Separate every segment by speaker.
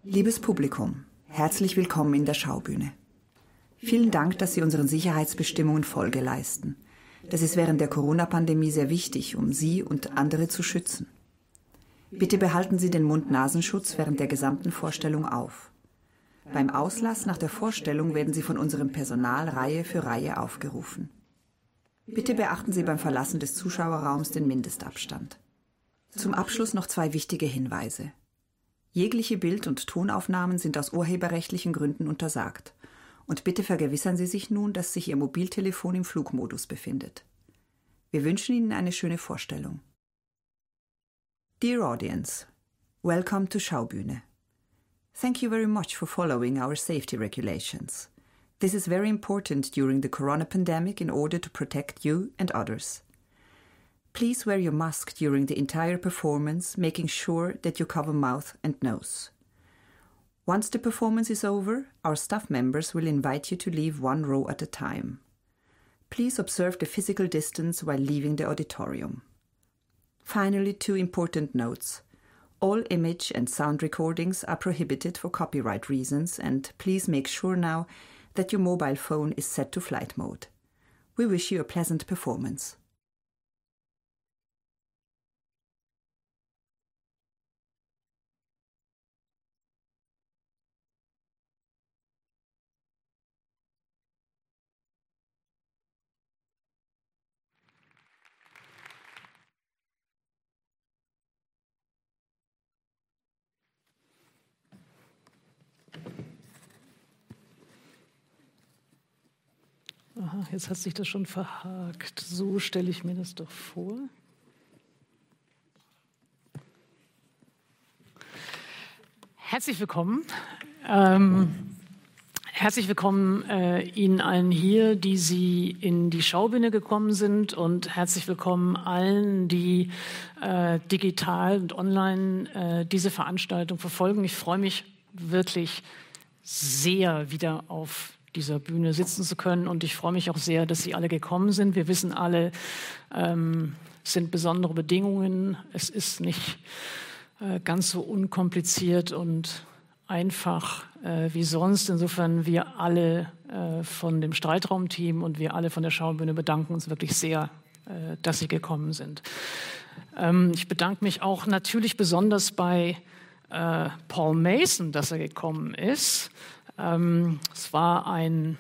Speaker 1: Liebes Publikum, herzlich willkommen in der Schaubühne. Vielen Dank, dass Sie unseren Sicherheitsbestimmungen Folge leisten. Das ist während der Corona-Pandemie sehr wichtig, um Sie und andere zu schützen. Bitte behalten Sie den Mund-Nasenschutz während der gesamten Vorstellung auf. Beim Auslass nach der Vorstellung werden Sie von unserem Personal Reihe für Reihe aufgerufen. Bitte beachten Sie beim Verlassen des Zuschauerraums den Mindestabstand. Zum Abschluss noch 2 wichtige Hinweise. Jegliche Bild- und Tonaufnahmen sind aus urheberrechtlichen Gründen untersagt. Und bitte vergewissern Sie sich nun, dass sich Ihr Mobiltelefon im Flugmodus befindet. Wir wünschen Ihnen eine schöne Vorstellung. Dear audience, welcome to Schaubühne. Thank you very much for following our safety regulations. This is very important during the corona pandemic in order to protect you and others. Please wear your mask during the entire performance, making sure that you cover mouth and nose. Once the performance is over, our staff members will invite you to leave 1 row at a time. Please observe the physical distance while leaving the auditorium. Finally, 2 important notes. All image and sound recordings are prohibited for copyright reasons, and please make sure now that your mobile phone is set to flight mode. We wish you a pleasant performance.
Speaker 2: Aha, jetzt hat sich das schon verhakt. So stelle ich mir das doch vor. Herzlich willkommen. Herzlich willkommen Ihnen allen hier, die Sie in die Schaubühne gekommen sind, und herzlich willkommen allen, die digital und online diese Veranstaltung verfolgen. Ich freue mich wirklich sehr, wieder auf dieser Bühne sitzen zu können, und ich freue mich auch sehr, dass Sie alle gekommen sind. Wir wissen alle, es sind besondere Bedingungen. Es ist nicht ganz so unkompliziert und einfach wie sonst. Insofern wir alle von dem Streitraumteam und wir alle von der Schaubühne bedanken uns wirklich sehr, dass Sie gekommen sind. Ich bedanke mich auch natürlich besonders bei Paul Mason, dass er gekommen ist. Es war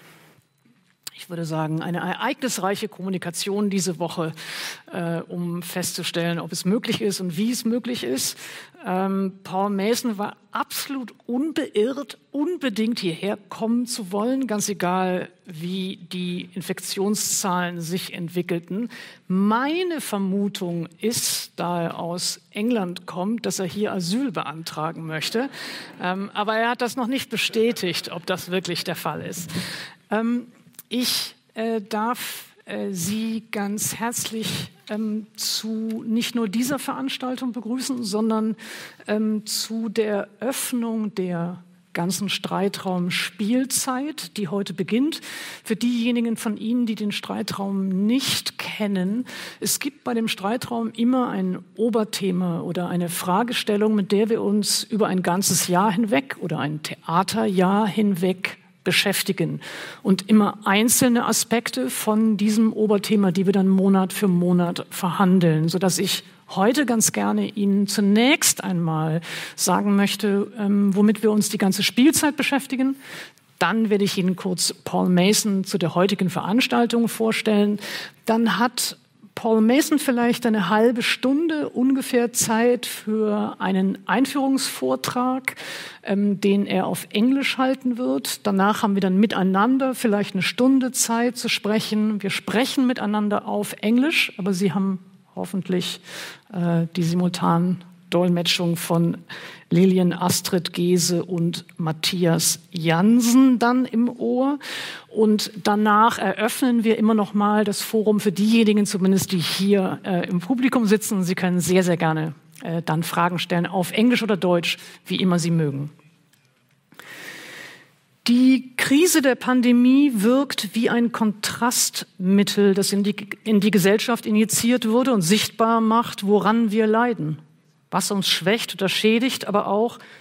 Speaker 2: ich würde sagen, eine ereignisreiche Kommunikation diese Woche, um festzustellen, ob es möglich ist und wie es möglich ist. Paul Mason war absolut unbeirrt, unbedingt hierher kommen zu wollen, ganz egal, wie die Infektionszahlen sich entwickelten. Meine Vermutung ist, da er aus England kommt, dass er hier Asyl beantragen möchte. Aber er hat das noch nicht bestätigt, ob das wirklich der Fall ist. Ich darf Sie ganz herzlich zu nicht nur dieser Veranstaltung begrüßen, sondern zu der Eröffnung der ganzen Streitraum-Spielzeit, die heute beginnt. Für diejenigen von Ihnen, die den Streitraum nicht kennen: Es gibt bei dem Streitraum immer ein Oberthema oder eine Fragestellung, mit der wir uns über ein ganzes Jahr hinweg oder ein Theaterjahr hinweg beschäftigen, und immer einzelne Aspekte von diesem Oberthema, die wir dann Monat für Monat verhandeln, sodass ich heute ganz gerne Ihnen zunächst einmal sagen möchte, womit wir uns die ganze Spielzeit beschäftigen. Dann werde ich Ihnen kurz Paul Mason zu der heutigen Veranstaltung vorstellen. Dann hat Paul Mason vielleicht eine halbe Stunde ungefähr Zeit für einen Einführungsvortrag, den er auf Englisch halten wird. Danach haben wir dann miteinander vielleicht eine Stunde Zeit zu sprechen. Wir sprechen miteinander auf Englisch, aber Sie haben hoffentlich die Simultandolmetschung von Lilian Astrid Gese und Matthias Jansen dann im Ohr. Und danach eröffnen wir immer noch mal das Forum für diejenigen zumindest, die hier im Publikum sitzen. Sie können sehr, sehr gerne dann Fragen stellen, auf Englisch oder Deutsch, wie immer Sie mögen. Die Krise der Pandemie wirkt wie ein Kontrastmittel, das in die Gesellschaft injiziert wurde und sichtbar macht, woran wir leiden, was uns schwächt oder schädigt, aber auch,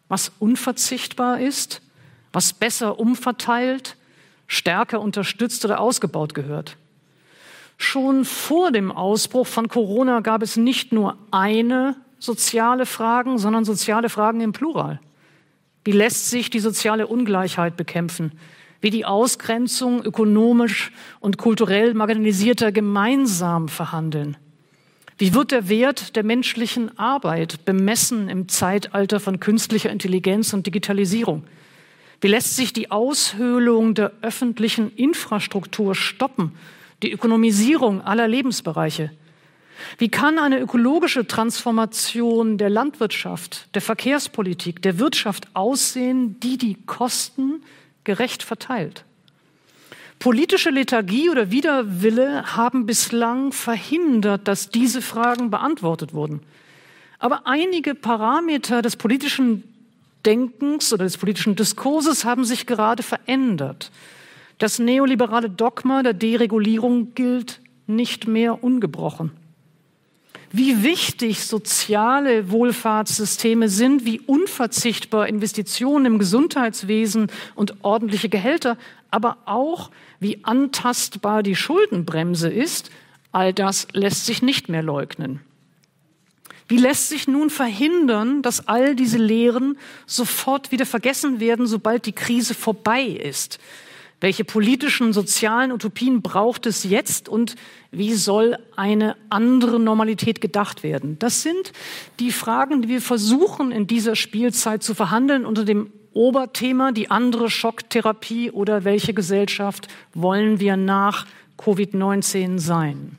Speaker 2: was unverzichtbar ist, was besser umverteilt, stärker unterstützt oder ausgebaut gehört. Schon vor dem Ausbruch von Corona gab es nicht nur eine soziale Fragen, sondern soziale Fragen im Plural. Wie lässt sich die soziale Ungleichheit bekämpfen? Wie die Ausgrenzung ökonomisch und kulturell Marginalisierter gemeinsam verhandeln? Wie wird der Wert der menschlichen Arbeit bemessen im Zeitalter von künstlicher Intelligenz und Digitalisierung? Wie lässt sich die Aushöhlung der öffentlichen Infrastruktur stoppen, die Ökonomisierung aller Lebensbereiche? Wie kann eine ökologische Transformation der Landwirtschaft, der Verkehrspolitik, der Wirtschaft aussehen, die die Kosten gerecht verteilt? Politische Lethargie oder Widerwille haben bislang verhindert, dass diese Fragen beantwortet wurden. Aber einige Parameter des politischen Denkens oder des politischen Diskurses haben sich gerade verändert. Das neoliberale Dogma der Deregulierung gilt nicht mehr ungebrochen. Wie wichtig soziale Wohlfahrtssysteme sind, wie unverzichtbar Investitionen im Gesundheitswesen und ordentliche Gehälter, aber auch wie antastbar die Schuldenbremse ist, all das lässt sich nicht mehr leugnen. Wie lässt sich nun verhindern, dass all diese Lehren sofort wieder vergessen werden, sobald die Krise vorbei ist? Welche politischen, sozialen Utopien braucht es jetzt und wie soll eine andere Normalität gedacht werden? Das sind die Fragen, die wir versuchen, in dieser Spielzeit zu verhandeln unter dem Oberthema die andere Schocktherapie oder welche Gesellschaft wollen wir nach Covid-19 sein?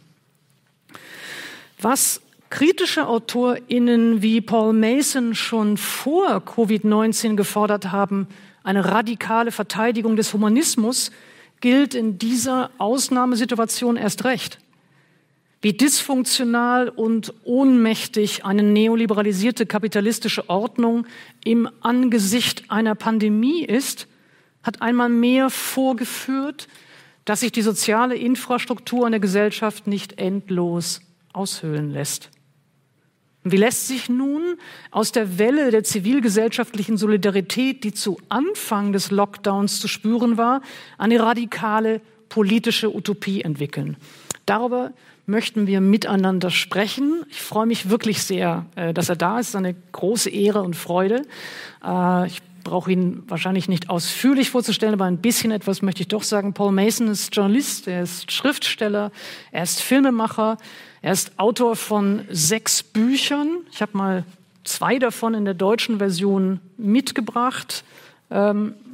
Speaker 2: Was kritische AutorInnen wie Paul Mason schon vor Covid-19 gefordert haben, eine radikale Verteidigung des Humanismus, gilt in dieser Ausnahmesituation erst recht. Wie dysfunktional und ohnmächtig eine neoliberalisierte kapitalistische Ordnung im Angesicht einer Pandemie ist, hat einmal mehr vorgeführt, dass sich die soziale Infrastruktur in der Gesellschaft nicht endlos aushöhlen lässt. Wie lässt sich nun aus der Welle der zivilgesellschaftlichen Solidarität, die zu Anfang des Lockdowns zu spüren war, eine radikale politische Utopie entwickeln? Darüber möchten wir miteinander sprechen. Ich freue mich wirklich sehr, dass er da ist. Es ist eine große Ehre und Freude. Ich brauche ihn wahrscheinlich nicht ausführlich vorzustellen, aber ein bisschen etwas möchte ich doch sagen. Paul Mason ist Journalist, er ist Schriftsteller, er ist Filmemacher, er ist Autor von 6 Büchern. Ich habe mal 2 davon in der deutschen Version mitgebracht. Das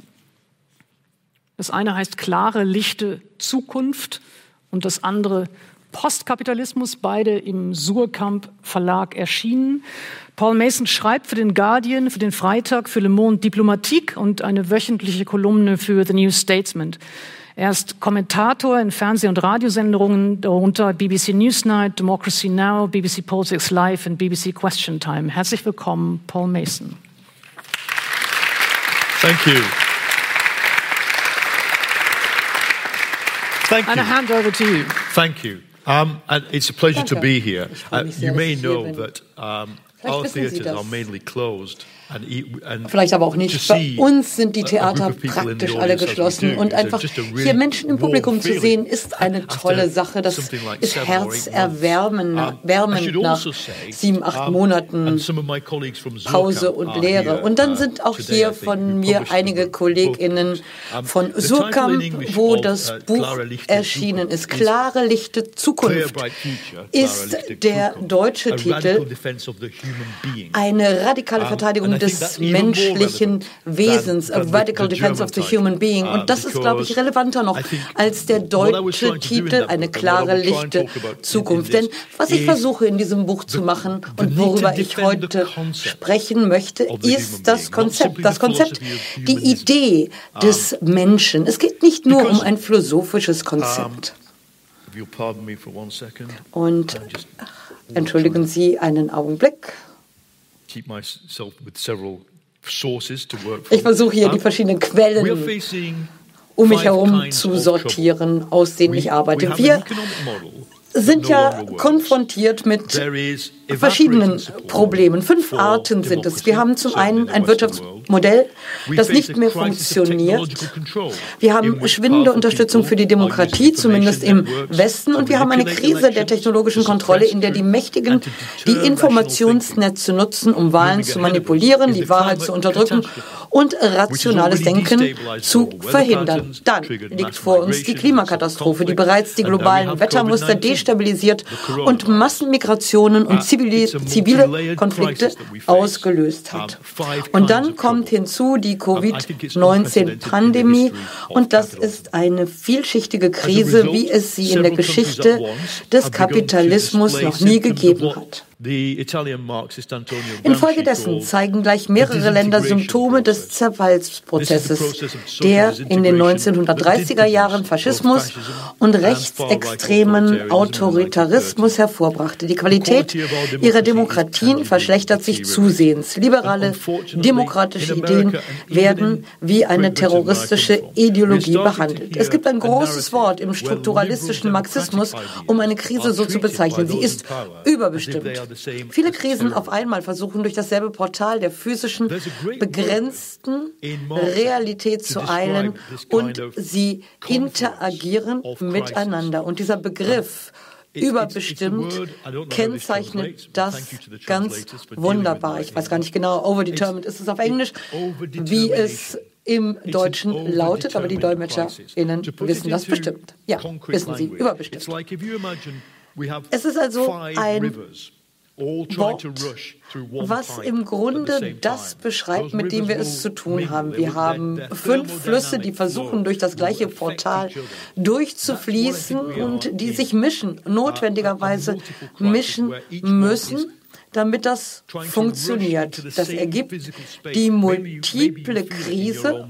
Speaker 2: eine heißt Klare, lichte Zukunft und das andere Postkapitalismus, beide im Suhrkamp Verlag erschienen. Paul Mason schreibt für den Guardian, für den Freitag, für Le Monde Diplomatique und eine wöchentliche Kolumne für The New Statesman. Er ist Kommentator in Fernseh- und Radiosendungen, darunter BBC Newsnight, Democracy Now!, BBC Politics Live und BBC Question Time. Herzlich willkommen, Paul Mason.
Speaker 3: Thank you. Thank you.
Speaker 2: And a hand over to you.
Speaker 3: Thank you. And it's a pleasure to be here.
Speaker 4: Ich freue mich sehr,
Speaker 3: You may
Speaker 4: dass ich hier
Speaker 3: know
Speaker 4: bin.
Speaker 3: that
Speaker 4: Vielleicht
Speaker 3: our
Speaker 4: wissen Sie
Speaker 3: theatres
Speaker 4: das.
Speaker 3: are mainly closed. And
Speaker 4: Vielleicht aber auch
Speaker 3: to
Speaker 4: nicht.
Speaker 3: see
Speaker 4: Bei uns sind die
Speaker 3: a
Speaker 4: Theater
Speaker 3: group of people in the
Speaker 4: praktisch alle
Speaker 3: audience as we
Speaker 4: geschlossen
Speaker 3: do
Speaker 4: und
Speaker 3: is
Speaker 4: einfach
Speaker 3: just a really
Speaker 4: hier Menschen im
Speaker 3: warm
Speaker 4: Publikum zu
Speaker 3: feeling
Speaker 4: sehen, ist eine
Speaker 3: after
Speaker 4: tolle Sache. Das
Speaker 3: something like
Speaker 4: ist
Speaker 3: 7 or 8 months.
Speaker 4: herzerwärmend
Speaker 3: I should
Speaker 4: nach
Speaker 3: also say,
Speaker 4: 7, 8 Monaten
Speaker 3: and some of my colleagues from
Speaker 4: Pause
Speaker 3: Surkamp
Speaker 4: und
Speaker 3: are
Speaker 4: Lehre.
Speaker 3: here,
Speaker 4: Und dann sind auch
Speaker 3: today, I
Speaker 4: hier
Speaker 3: think,
Speaker 4: von
Speaker 3: who
Speaker 4: mir
Speaker 3: published the
Speaker 4: einige
Speaker 3: book.
Speaker 4: KollegInnen von
Speaker 3: The
Speaker 4: Surkamp,
Speaker 3: title in English
Speaker 4: wo
Speaker 3: of,
Speaker 4: das Buch
Speaker 3: Klare, lichte
Speaker 4: erschienen
Speaker 3: Zukunft
Speaker 4: ist. Klare, lichte
Speaker 3: Clear,
Speaker 4: Zukunft
Speaker 3: Bright Future,
Speaker 4: ist
Speaker 3: Klare, lichte
Speaker 4: der
Speaker 3: Zukunft.
Speaker 4: deutsche
Speaker 3: A
Speaker 4: Titel.
Speaker 3: radical defense of the human being.
Speaker 4: Eine radikale
Speaker 3: and
Speaker 4: Verteidigung
Speaker 3: I think
Speaker 4: des
Speaker 3: that's even more
Speaker 4: menschlichen
Speaker 3: relevant
Speaker 4: Wesens, a
Speaker 3: than
Speaker 4: radical
Speaker 3: the
Speaker 4: defense of the
Speaker 3: German
Speaker 4: human being.
Speaker 3: title.
Speaker 4: Und das ist, glaube ich,
Speaker 3: Because
Speaker 4: relevanter noch
Speaker 3: I think
Speaker 4: als der
Speaker 3: what I was
Speaker 4: deutsche
Speaker 3: trying to do in
Speaker 4: Titel,
Speaker 3: that
Speaker 4: eine
Speaker 3: book, and
Speaker 4: klare,
Speaker 3: what I will try and
Speaker 4: lichte
Speaker 3: talk about in
Speaker 4: Zukunft.
Speaker 3: this
Speaker 4: Denn was ich
Speaker 3: is
Speaker 4: versuche in diesem Buch zu machen
Speaker 3: the
Speaker 4: und
Speaker 3: need to
Speaker 4: worüber ich
Speaker 3: defend the
Speaker 4: heute
Speaker 3: concept
Speaker 4: sprechen möchte,
Speaker 3: of the human
Speaker 4: ist das
Speaker 3: being, not
Speaker 4: Konzept.
Speaker 3: simply
Speaker 4: Das
Speaker 3: the
Speaker 4: Konzept,
Speaker 3: philosophy of
Speaker 4: die
Speaker 3: humanism.
Speaker 4: Idee des Menschen. Es geht nicht nur um
Speaker 3: Because,
Speaker 4: ein philosophisches Konzept.
Speaker 3: If you'll pardon me for 1 second,
Speaker 4: Und
Speaker 3: I'll just
Speaker 4: entschuldigen Sie einen Augenblick.
Speaker 3: keep myself with several sources to work from.
Speaker 4: Ich versuche hier die verschiedenen
Speaker 3: We are
Speaker 4: Quellen
Speaker 3: facing
Speaker 4: um mich
Speaker 3: 5
Speaker 4: herum
Speaker 3: kinds
Speaker 4: zu
Speaker 3: of
Speaker 4: sortieren, aus denen ich
Speaker 3: We
Speaker 4: arbeite.
Speaker 3: have an
Speaker 4: Wir
Speaker 3: economic model
Speaker 4: sind ja konfrontiert mit verschiedenen Problemen. 5 Arten sind es. Wir haben zum einen ein Wirtschaftsmodell, das nicht mehr funktioniert. Wir haben schwindende Unterstützung für die Demokratie, zumindest im Westen. Und wir haben eine Krise der technologischen Kontrolle, in der die Mächtigen die Informationsnetze nutzen, um Wahlen zu manipulieren, die Wahrheit zu unterdrücken und rationales Denken zu verhindern. Dann liegt vor uns die Klimakatastrophe, die bereits die globalen Wettermuster destabilisiert und Massenmigrationen und zivile Konflikte ausgelöst hat. Und dann kommt hinzu die Covid-19-Pandemie und das ist eine vielschichtige Krise, wie es sie in der Geschichte des Kapitalismus noch nie gegeben hat. Infolgedessen zeigen gleich mehrere Länder Symptome des Zerfallsprozesses, der in den 1930er Jahren Faschismus und rechtsextremen Autoritarismus hervorbrachte. Die Qualität ihrer Demokratien verschlechtert sich zusehends. Liberale, demokratische Ideen werden wie eine terroristische Ideologie behandelt. Es gibt ein großes Wort im strukturalistischen Marxismus, um eine Krise so zu bezeichnen. Sie ist überbestimmt. Viele Krisen auf einmal versuchen durch dasselbe Portal der physischen, begrenzten Realität zu eilen und sie interagieren miteinander. Und dieser Begriff überbestimmt kennzeichnet das ganz wunderbar. Ich weiß gar nicht genau, overdetermined ist es auf Englisch, wie es im Deutschen lautet, aber die DolmetscherInnen wissen das bestimmt. Ja, wissen sie, überbestimmt. Es ist also ein Wort, was im Grunde das beschreibt, mit dem wir es zu tun haben. Wir haben 5 Flüsse, die versuchen, durch das gleiche Portal durchzufließen und die sich mischen, notwendigerweise mischen müssen, damit das funktioniert. Das ergibt die multiple Krise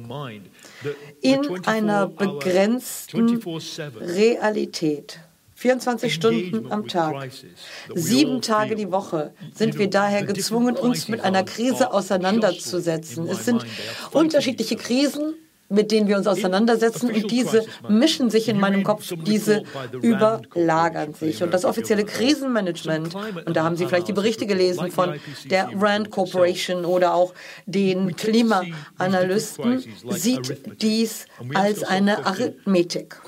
Speaker 4: in einer begrenzten Realität. 24 Stunden am Tag, 7 Tage die Woche sind wir daher gezwungen, uns mit einer Krise auseinanderzusetzen. Es sind unterschiedliche Krisen, mit denen wir uns auseinandersetzen und diese mischen sich in meinem Kopf, diese überlagern sich. Und das offizielle Krisenmanagement, und da haben Sie vielleicht die Berichte gelesen von der Rand Corporation oder auch den Klimaanalysten, sieht dies als eine Arithmetik.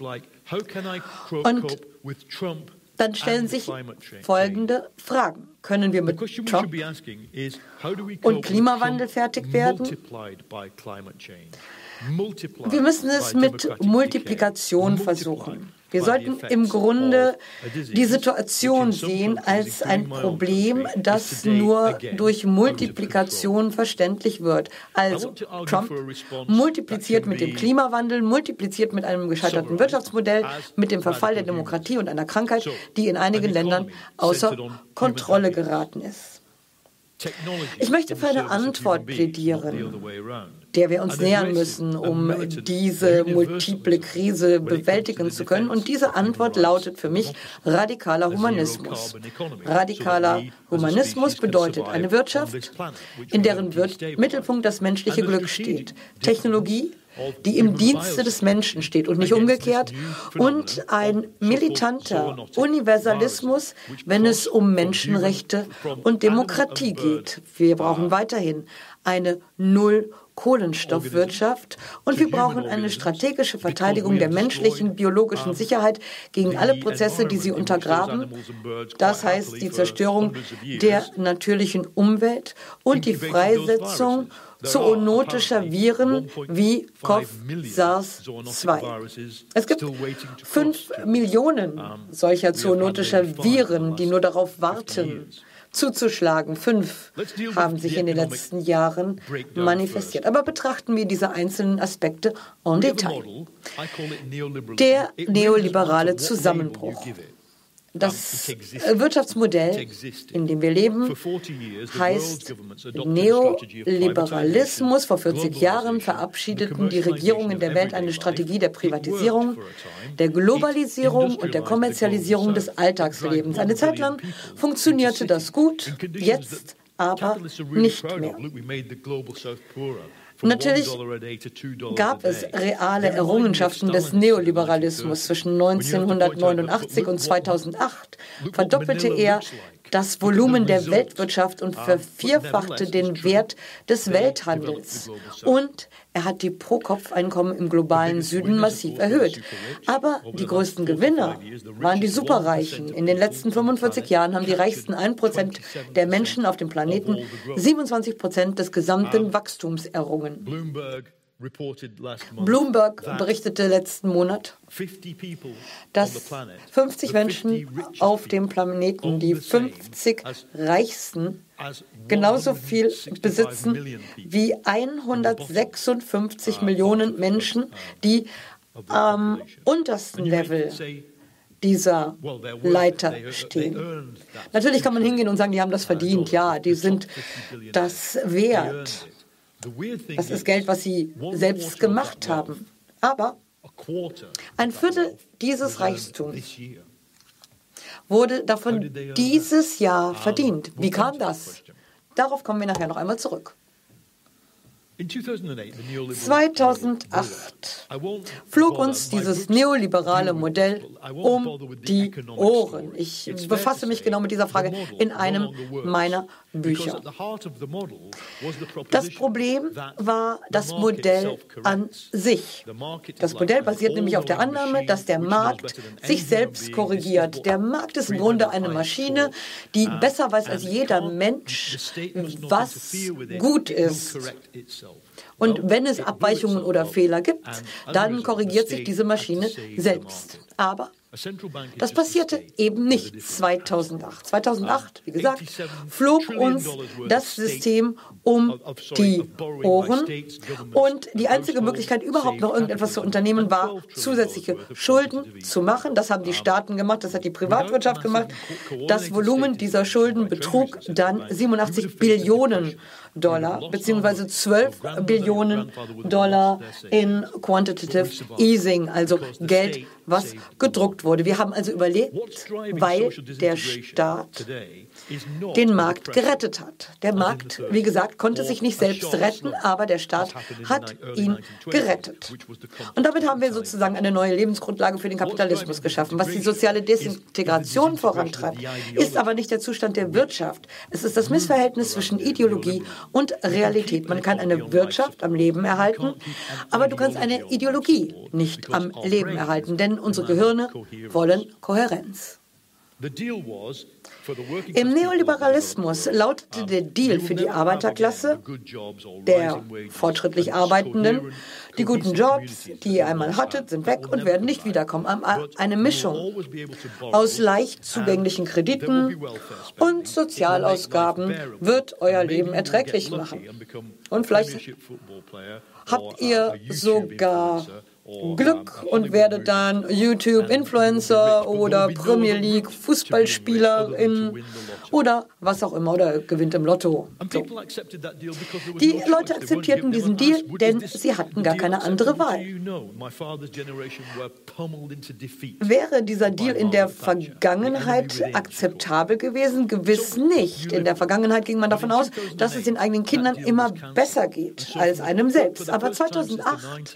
Speaker 4: Und dann stellen sich folgende Fragen. Können wir mit Trump und Klimawandel fertig werden? Wir müssen es mit Multiplikation versuchen. Wir sollten im Grunde die Situation sehen als ein Problem, das nur durch Multiplikation verständlich wird. Also Trump multipliziert mit dem Klimawandel, multipliziert mit einem gescheiterten Wirtschaftsmodell, mit dem Verfall der Demokratie und einer Krankheit, die in einigen Ländern außer Kontrolle geraten ist. Ich möchte für eine Antwort plädieren, der wir uns nähern müssen, um diese multiple Krise bewältigen zu können. Und diese Antwort lautet für mich radikaler Humanismus. Radikaler Humanismus bedeutet eine Wirtschaft, in deren Mittelpunkt das menschliche Glück steht. Technologie, die im Dienste des Menschen steht und nicht umgekehrt, und ein militanter Universalismus, wenn es um Menschenrechte und Demokratie geht. Wir brauchen weiterhin eine Null-Kohlenstoffwirtschaft und wir brauchen eine strategische Verteidigung der menschlichen, biologischen Sicherheit gegen alle Prozesse, die sie untergraben. Das heißt die Zerstörung der natürlichen Umwelt und die Freisetzung zoonotischer Viren wie CoV, SARS-2. Es gibt 5 Millionen solcher zoonotischer Viren, die nur darauf warten, zuzuschlagen. 5 haben sich in den letzten Jahren manifestiert. Aber betrachten wir diese einzelnen Aspekte en Detail. Der neoliberale Zusammenbruch. Das Wirtschaftsmodell, in dem wir leben, heißt Neoliberalismus. Vor 40 Jahren verabschiedeten die Regierungen der Welt eine Strategie der Privatisierung, der Globalisierung und der Kommerzialisierung des Alltagslebens. Eine Zeit lang funktionierte das gut, jetzt aber nicht mehr. Natürlich gab es reale Errungenschaften des Neoliberalismus. Zwischen 1989 und 2008 verdoppelte er das Volumen der Weltwirtschaft und vervierfachte den Wert des Welthandels. Und er hat die Pro-Kopf-Einkommen im globalen Süden massiv erhöht. Aber die größten Gewinner waren die Superreichen. In den letzten 45 Jahren haben die reichsten 1% der Menschen auf dem Planeten 27% des gesamten Wachstums errungen. Bloomberg berichtete letzten Monat, dass 50 Menschen auf dem Planeten, die 50 Reichsten, genauso viel besitzen wie 156 Millionen Menschen, die am untersten Level dieser Leiter stehen. Natürlich kann man hingehen und sagen, die haben das verdient, ja, die sind das wert. Das ist Geld, was sie selbst gemacht haben. Aber ein Viertel dieses Reichtums wurde davon dieses Jahr verdient. Wie kam das? Darauf kommen wir nachher noch einmal zurück. 2008 flog uns dieses neoliberale Modell um die Ohren. Ich befasse mich genau mit dieser Frage in einem meiner Bücher. Das Problem war das Modell an sich. Das Modell basiert nämlich auf der Annahme, dass der Markt sich selbst korrigiert. Der Markt ist im Grunde eine Maschine, die besser weiß als jeder Mensch, was gut ist. Und wenn es Abweichungen oder Fehler gibt, dann korrigiert sich diese Maschine selbst. Aber das passierte eben nicht 2008. 2008, wie gesagt, flog uns das System um die Ohren und die einzige Möglichkeit, überhaupt noch irgendetwas zu unternehmen, war, zusätzliche Schulden zu machen. Das haben die Staaten gemacht, das hat die Privatwirtschaft gemacht. Das Volumen dieser Schulden betrug dann 87 Billionen Dollar, beziehungsweise 12 Billionen Dollar in Quantitative Easing, also Geld, was gedruckt wurde. Wir haben also überlebt, weil der Staat den Markt gerettet hat. Der Markt, wie gesagt, konnte sich nicht selbst retten, aber der Staat hat ihn gerettet. Und damit haben wir sozusagen eine neue Lebensgrundlage für den Kapitalismus geschaffen. Was die soziale Desintegration vorantreibt, ist aber nicht der Zustand der Wirtschaft. Es ist das Missverhältnis zwischen Ideologie und Realität. Man kann eine Wirtschaft am Leben erhalten, aber du kannst eine Ideologie nicht am Leben erhalten, denn unsere Gehirne wollen Kohärenz. Im Neoliberalismus lautete der Deal für die Arbeiterklasse, der fortschrittlich Arbeitenden: die guten Jobs, die ihr einmal hattet, sind weg und werden nicht wiederkommen. Eine Mischung aus leicht zugänglichen Krediten und Sozialausgaben wird euer Leben erträglich machen. Und vielleicht habt ihr sogar Glück und werdet dann YouTube-Influencer oder Premier League Fußballspielerin oder was auch immer oder gewinnt im Lotto. So. Die Leute akzeptierten diesen Deal, denn sie hatten gar keine andere Wahl. Wäre dieser Deal in der Vergangenheit akzeptabel gewesen? Gewiss nicht. In der Vergangenheit ging man davon aus, dass es den eigenen Kindern immer besser geht als einem selbst. Aber 2008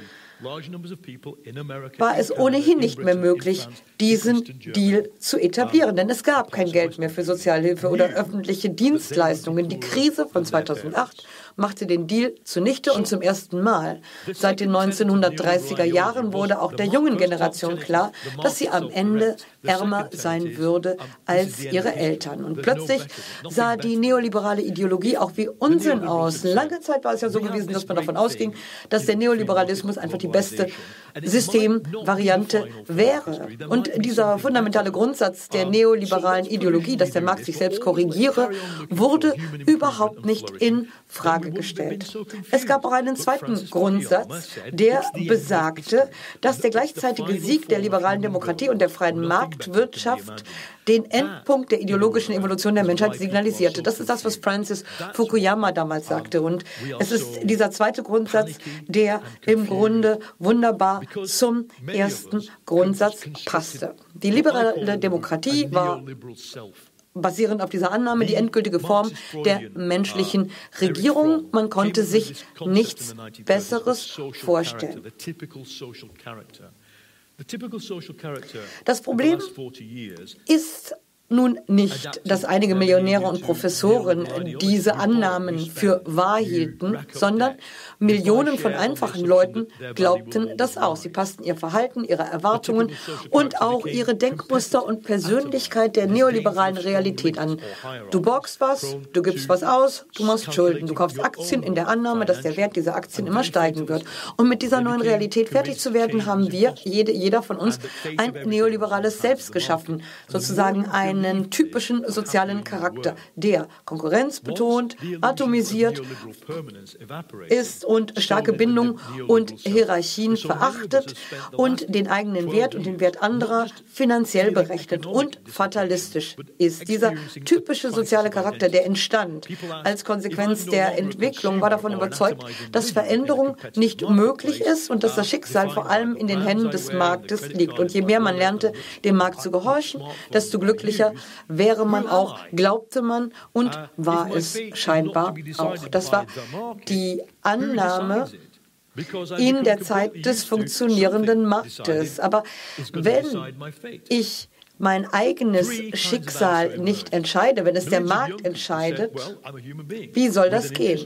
Speaker 4: war es ohnehin nicht mehr möglich, diesen Deal zu etablieren, denn es gab kein Geld mehr für Sozialhilfe oder öffentliche Dienstleistungen. Die Krise von 2008 machte den Deal zunichte und zum ersten Mal seit den 1930er Jahren wurde auch der jungen Generation klar, dass sie am Ende ärmer sein würde als ihre Eltern. Und plötzlich sah die neoliberale Ideologie auch wie Unsinn aus. Lange Zeit war es ja so gewesen, dass man davon ausging, dass der Neoliberalismus einfach die beste Systemvariante wäre. Und dieser fundamentale Grundsatz der neoliberalen Ideologie, dass der Markt sich selbst korrigiere, wurde überhaupt nicht in Frage gestellt. Es gab auch einen zweiten Grundsatz, der besagte, dass der gleichzeitige Sieg der liberalen Demokratie und der freien Marktwirtschaft den Endpunkt der ideologischen Evolution der Menschheit signalisierte. Das ist das, was Francis Fukuyama damals sagte. Und es ist dieser zweite Grundsatz, der im Grunde wunderbar zum ersten Grundsatz passte. Die liberale Demokratie war basierend auf dieser Annahme die endgültige Form der menschlichen Regierung. Man konnte sich nichts Besseres vorstellen. Das Problem ist nun nicht, dass einige Millionäre und Professoren diese Annahmen für wahr hielten, sondern Millionen von einfachen Leuten glaubten das auch. Sie passten ihr Verhalten, ihre Erwartungen und auch ihre Denkmuster und Persönlichkeit der neoliberalen Realität an. Du borgst was, du gibst was aus, du machst Schulden, du kaufst Aktien in der Annahme, dass der Wert dieser Aktien immer steigen wird. Und mit dieser neuen Realität fertig zu werden, haben wir, jeder von uns, ein neoliberales Selbst geschaffen, sozusagen einen typischen sozialen Charakter, der konkurrenzbetont, atomisiert ist und starke Bindung und Hierarchien verachtet und den eigenen Wert und den Wert anderer finanziell berechnet und fatalistisch ist. Dieser typische soziale Charakter, der entstand als Konsequenz der Entwicklung, war davon überzeugt, dass Veränderung nicht möglich ist und dass das Schicksal vor allem in den Händen des Marktes liegt. Und je mehr man lernte, dem Markt zu gehorchen, desto glücklicher wäre man auch, glaubte man und war es scheinbar auch. Das war die Annahme in der Zeit des funktionierenden Marktes. Aber wenn ich mein eigenes Schicksal nicht entscheide, wenn es der Markt entscheidet, wie soll das gehen?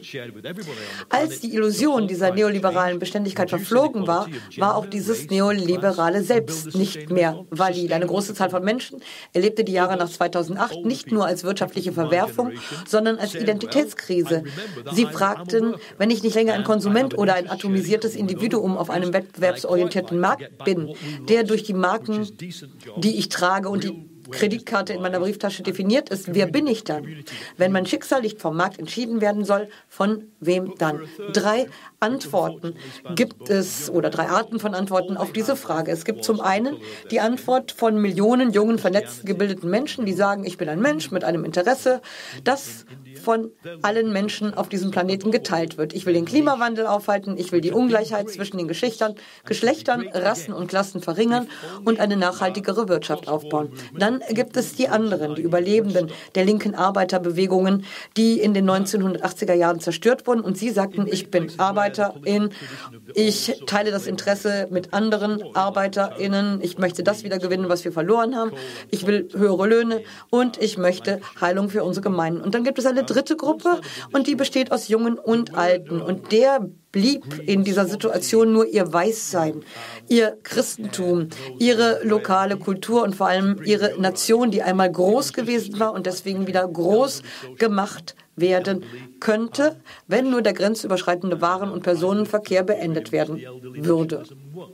Speaker 4: Als die Illusion dieser neoliberalen Beständigkeit verflogen war, war auch dieses neoliberale Selbst nicht mehr valide. Eine große Zahl von Menschen erlebte die Jahre nach 2008 nicht nur als wirtschaftliche Verwerfung, sondern als Identitätskrise. Sie fragten, wenn ich nicht länger ein Konsument oder ein atomisiertes Individuum auf einem wettbewerbsorientierten Markt bin, der durch die Marken, die ich trage, und die Kreditkarte in meiner Brieftasche definiert ist, wer bin ich dann? Wenn mein Schicksal nicht vom Markt entschieden werden soll, von wem dann? 3 Antworten gibt es, oder 3 Arten von Antworten auf diese Frage. Es gibt zum einen die Antwort von Millionen jungen, vernetzten, gebildeten Menschen, die sagen, ich bin ein Mensch mit einem Interesse, das von allen Menschen auf diesem Planeten geteilt wird. Ich will den Klimawandel aufhalten, ich will die Ungleichheit zwischen den Geschlechtern, Rassen und Klassen verringern und eine nachhaltigere Wirtschaft aufbauen. Dann gibt es die anderen, die Überlebenden der linken Arbeiterbewegungen, die in den 1980er Jahren zerstört wurden, und sie sagten, ich bin Arbeiterin, ich teile das Interesse mit anderen ArbeiterInnen, ich möchte das wieder gewinnen, was wir verloren haben, ich will höhere Löhne und ich möchte Heilung für unsere Gemeinden. Und dann gibt es eine dritte Gruppe, und die besteht aus Jungen und Alten, und der blieb in dieser Situation nur ihr Weißsein, ihr Christentum, ihre lokale Kultur und vor allem ihre Nation, die einmal groß gewesen war und deswegen wieder groß gemacht werden könnte, wenn nur der grenzüberschreitende Waren- und Personenverkehr beendet werden würde.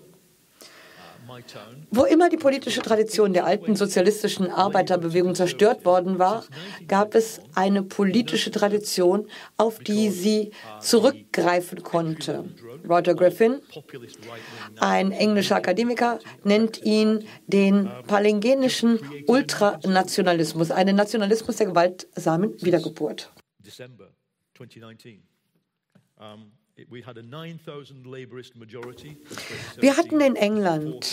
Speaker 4: Wo immer die politische Tradition der alten sozialistischen Arbeiterbewegung zerstört worden war, gab es eine politische Tradition, auf die sie zurückgreifen konnte. Roger Griffin, ein englischer Akademiker, nennt ihn den palingenischen Ultranationalismus, einen Nationalismus der gewaltsamen Wiedergeburt.
Speaker 3: December 2019.
Speaker 4: Wir hatten in England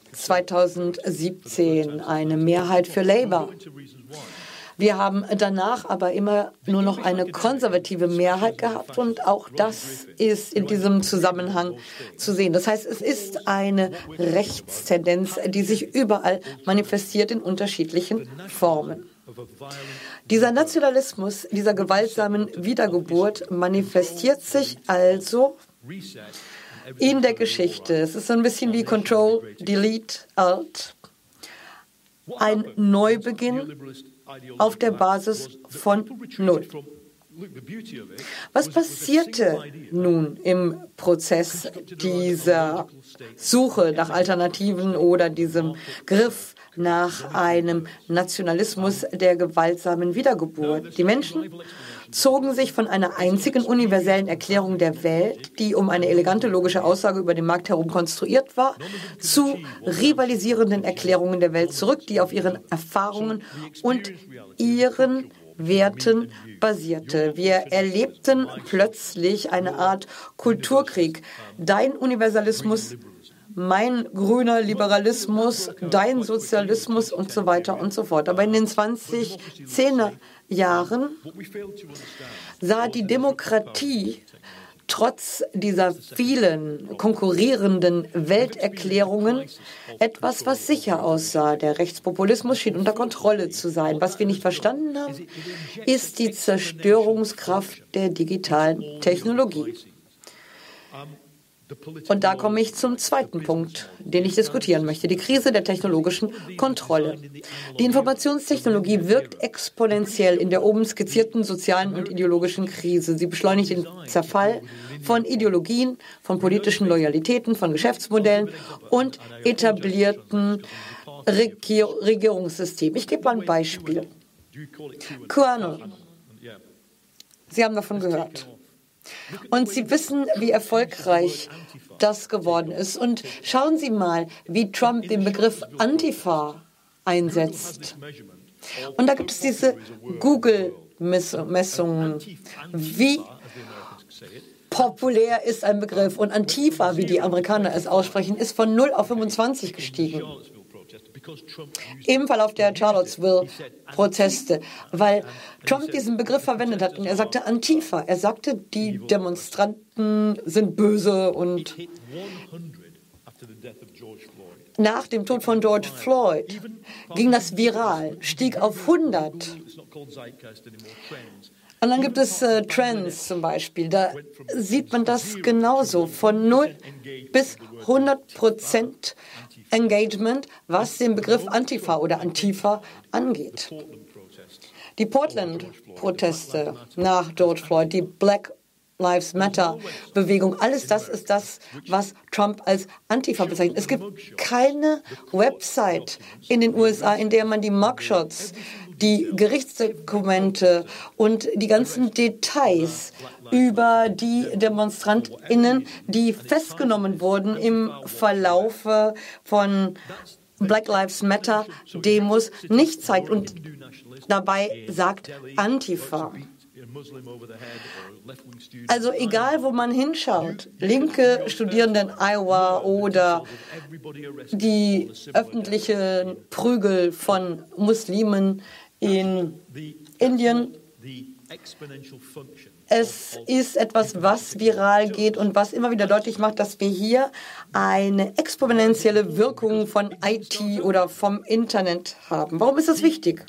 Speaker 4: 2017 eine Mehrheit für Labour. Wir haben danach aber immer nur noch eine konservative Mehrheit gehabt, und auch das ist in diesem Zusammenhang zu sehen. Das heißt, es ist eine Rechtstendenz, die sich überall manifestiert in unterschiedlichen Formen. Dieser Nationalismus, dieser gewaltsamen Wiedergeburt manifestiert sich also in der Geschichte. Es ist so ein bisschen wie Control, Delete, Alt. Ein Neubeginn auf der Basis von Null. Was passierte nun im Prozess dieser Suche nach Alternativen oder diesem Griff nach einem Nationalismus der gewaltsamen Wiedergeburt? Die Menschen zogen sich von einer einzigen universellen Erklärung der Welt, die um eine elegante logische Aussage über den Markt herum konstruiert war, zu rivalisierenden Erklärungen der Welt zurück, die auf ihren Erfahrungen und ihren Werten basierte. Wir erlebten plötzlich eine Art Kulturkrieg. Dein Universalismus mein grüner Liberalismus, dein Sozialismus und so weiter und so fort. Aber in den 2010er Jahren sah die Demokratie trotz dieser vielen konkurrierenden Welterklärungen etwas, was sicher aussah. Der Rechtspopulismus schien unter Kontrolle zu sein. Was wir nicht verstanden haben, ist die Zerstörungskraft der digitalen Technologie. Und da komme ich zum zweiten Punkt, den ich diskutieren möchte, die Krise der technologischen Kontrolle. Die Informationstechnologie wirkt exponentiell in der oben skizzierten sozialen und ideologischen Krise. Sie beschleunigt den Zerfall von Ideologien, von politischen Loyalitäten, von Geschäftsmodellen und etablierten Regierungssystemen. Ich gebe mal ein Beispiel. QAnon. Sie haben davon gehört. Und Sie wissen, wie erfolgreich das geworden ist. Und schauen Sie mal, wie Trump den Begriff Antifa einsetzt. Und da gibt es diese Google-Messungen. Wie populär ist ein Begriff? Und Antifa, wie die Amerikaner es aussprechen, ist von 0 auf 25 gestiegen. Im Verlauf der Charlottesville-Proteste, weil Trump diesen Begriff verwendet hat und er sagte Antifa. Er sagte, die Demonstranten sind böse und nach dem Tod von George Floyd ging das viral, stieg auf 100. Und dann gibt es Trends zum Beispiel, da sieht man das genauso, von 0 bis 100% Engagement, was den Begriff Antifa oder Antifa angeht. Die Portland-Proteste nach George Floyd, die Black Lives Matter-Bewegung, alles das ist das, was Trump als Antifa bezeichnet. Es gibt keine Website in den USA, in der man die Mugshots, die Gerichtsdokumente und die ganzen Details über die DemonstrantInnen, die festgenommen wurden im Verlaufe von Black Lives Matter Demos, nicht zeigt und dabei sagt Antifa. Also egal, wo man hinschaut, linke Studierende in Iowa oder die öffentlichen Prügel von Muslimen in Indien, es ist etwas, was viral geht und was immer wieder deutlich macht, dass wir hier eine exponentielle Wirkung von IT oder vom Internet haben. Warum ist das wichtig?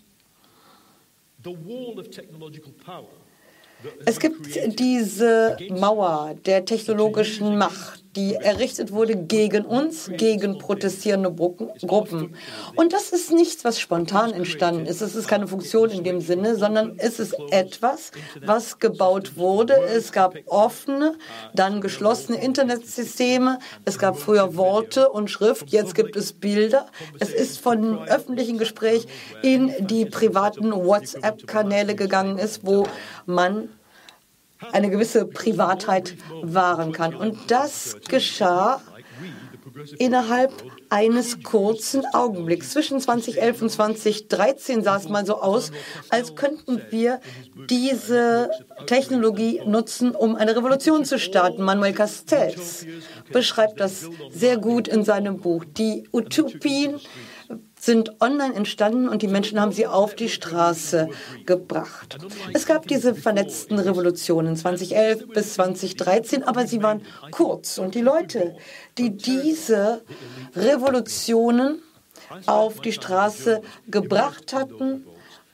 Speaker 4: Es gibt diese Mauer der technologischen Macht, die errichtet wurde gegen uns, gegen protestierende Gruppen. Und das ist nichts, was spontan entstanden ist. Es ist keine Funktion in dem Sinne, sondern es ist etwas, was gebaut wurde. Es gab offene, dann geschlossene Internetsysteme. Es gab früher Worte und Schrift, jetzt gibt es Bilder. Es ist von öffentlichen Gespräch in die privaten WhatsApp-Kanäle gegangen ist, wo man eine gewisse Privatheit wahren kann. Und das geschah innerhalb eines kurzen Augenblicks. Zwischen 2011 und 2013 sah es mal so aus, als könnten wir diese Technologie nutzen, um eine Revolution zu starten. Manuel Castells beschreibt das sehr gut in seinem Buch. Die Utopien sind online entstanden und die Menschen haben sie auf die Straße gebracht. Es gab diese vernetzten Revolutionen 2011 bis 2013, aber sie waren kurz. Und die Leute, die diese Revolutionen auf die Straße gebracht hatten,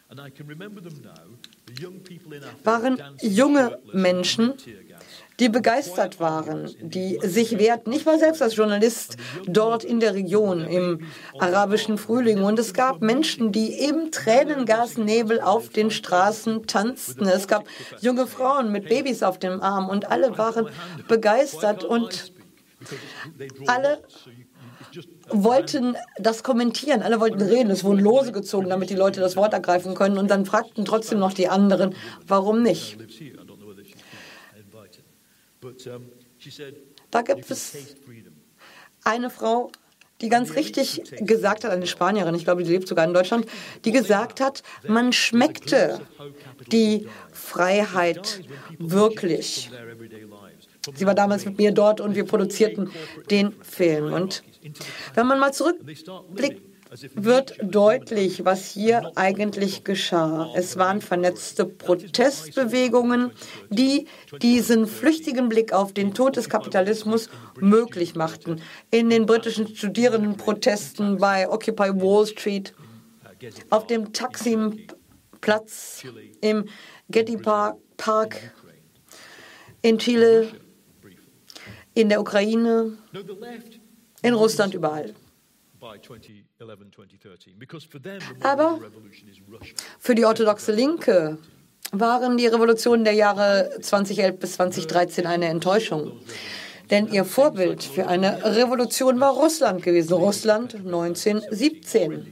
Speaker 4: waren junge Menschen, die begeistert waren, die sich wehrten. Ich war selbst als Journalist dort in der Region im arabischen Frühling und es gab Menschen, die im Tränengasnebel auf den Straßen tanzten. Es gab junge Frauen mit Babys auf dem Arm und alle waren begeistert und alle wollten das kommentieren, alle wollten reden, es wurden Lose gezogen, damit die Leute das Wort ergreifen können und dann fragten trotzdem noch die anderen, warum nicht? Da gibt es eine Frau, die ganz richtig gesagt hat, eine Spanierin, ich glaube, die lebt sogar in Deutschland, die gesagt hat, man schmeckte die Freiheit wirklich. Sie war damals mit mir dort und wir produzierten den Film. Und wenn man mal zurückblickt, wird deutlich, was hier eigentlich geschah. Es waren vernetzte Protestbewegungen, die diesen flüchtigen Blick auf den Tod des Kapitalismus möglich machten. In den britischen Studierendenprotesten bei Occupy Wall Street, auf dem Taksim-Platz, im Getty Park, in Chile, in der Ukraine, in Russland, überall. Aber für die orthodoxe Linke waren die Revolutionen der Jahre 2011 bis 2013 eine Enttäuschung. Denn ihr Vorbild für eine Revolution war Russland gewesen, Russland 1917.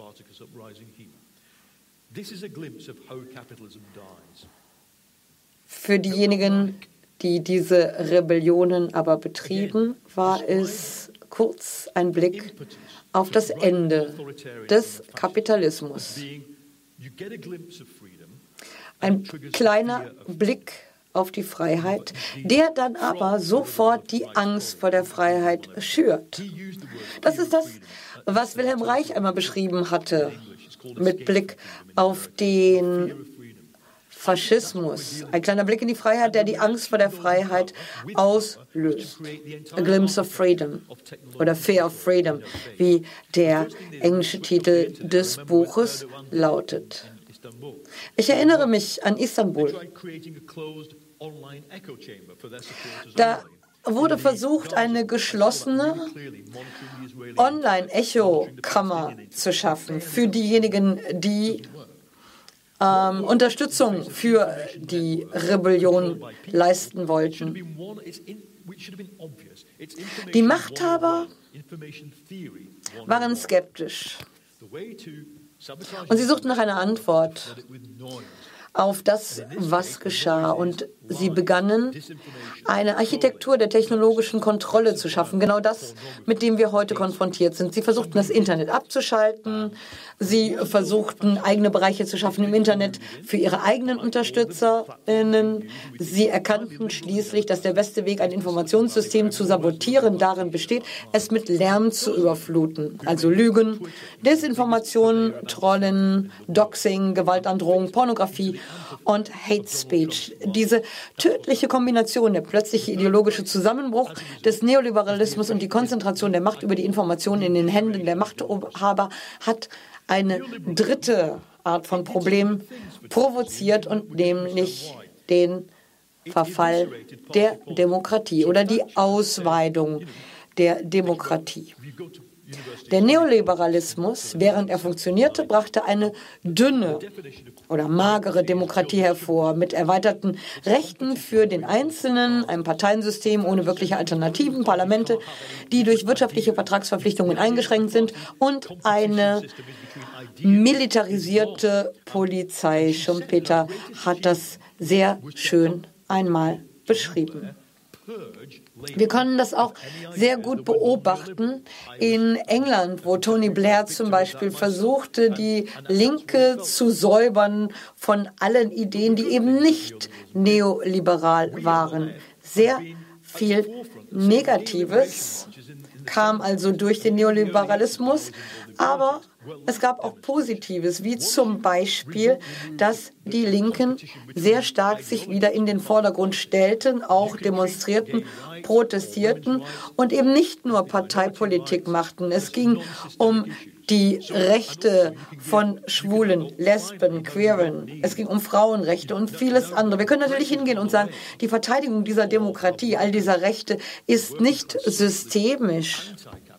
Speaker 4: Für diejenigen, die diese Rebellionen aber betrieben, war es kurz ein Blick auf das Ende des Kapitalismus. Ein kleiner Blick auf die Freiheit, der dann aber sofort die Angst vor der Freiheit schürt. Das ist das, was Wilhelm Reich einmal beschrieben hatte, mit Blick auf den Faschismus. Ein kleiner Blick in die Freiheit, der die Angst vor der Freiheit auslöst. A Glimpse of Freedom oder Fear of Freedom, wie der englische Titel des Buches lautet. Ich erinnere mich an Istanbul. Da wurde versucht, eine geschlossene Online-Echo-Kammer zu schaffen für diejenigen, die Unterstützung für die Rebellion leisten wollten. Die Machthaber waren skeptisch und sie suchten nach einer Antwort auf das, was geschah. Und sie begannen, eine Architektur der technologischen Kontrolle zu schaffen. Genau das, mit dem wir heute konfrontiert sind. Sie versuchten, das Internet abzuschalten. Sie versuchten, eigene Bereiche zu schaffen im Internet für ihre eigenen UnterstützerInnen. Sie erkannten schließlich, dass der beste Weg, ein Informationssystem zu sabotieren, darin besteht, es mit Lärm zu überfluten. Also Lügen, Desinformationen, Trollen, Doxing, Gewaltandrohung, Pornografie und Hate Speech. Diese tödliche Kombination, der plötzliche ideologische Zusammenbruch des Neoliberalismus und die Konzentration der Macht über die Informationen in den Händen der Machthaber hat eine dritte Art von Problem provoziert, und nämlich den Verfall der Demokratie oder die Ausweidung der Demokratie. Der Neoliberalismus, während er funktionierte, brachte eine dünne oder magere Demokratie hervor, mit erweiterten Rechten für den Einzelnen, einem Parteiensystem ohne wirkliche Alternativen, Parlamente, die durch wirtschaftliche Vertragsverpflichtungen eingeschränkt sind, und eine militarisierte Polizei. Schumpeter hat das sehr schön einmal beschrieben. Wir können das auch sehr gut beobachten in England, wo Tony Blair zum Beispiel versuchte, die Linke zu säubern von allen Ideen, die eben nicht neoliberal waren. Sehr viel Negatives kam also durch den Neoliberalismus, aber es gab auch Positives, wie zum Beispiel, dass die Linken sehr stark sich wieder in den Vordergrund stellten, auch demonstrierten, protestierten und eben nicht nur Parteipolitik machten. Es ging um die Rechte von Schwulen, Lesben, Queeren. Es ging um Frauenrechte und vieles andere. Wir können natürlich hingehen und sagen, die Verteidigung dieser Demokratie, all dieser Rechte ist nicht systemisch.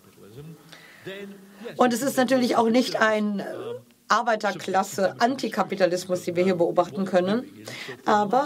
Speaker 4: Und es ist natürlich auch nicht ein Arbeiterklasse-Antikapitalismus, den wir hier beobachten können. Aber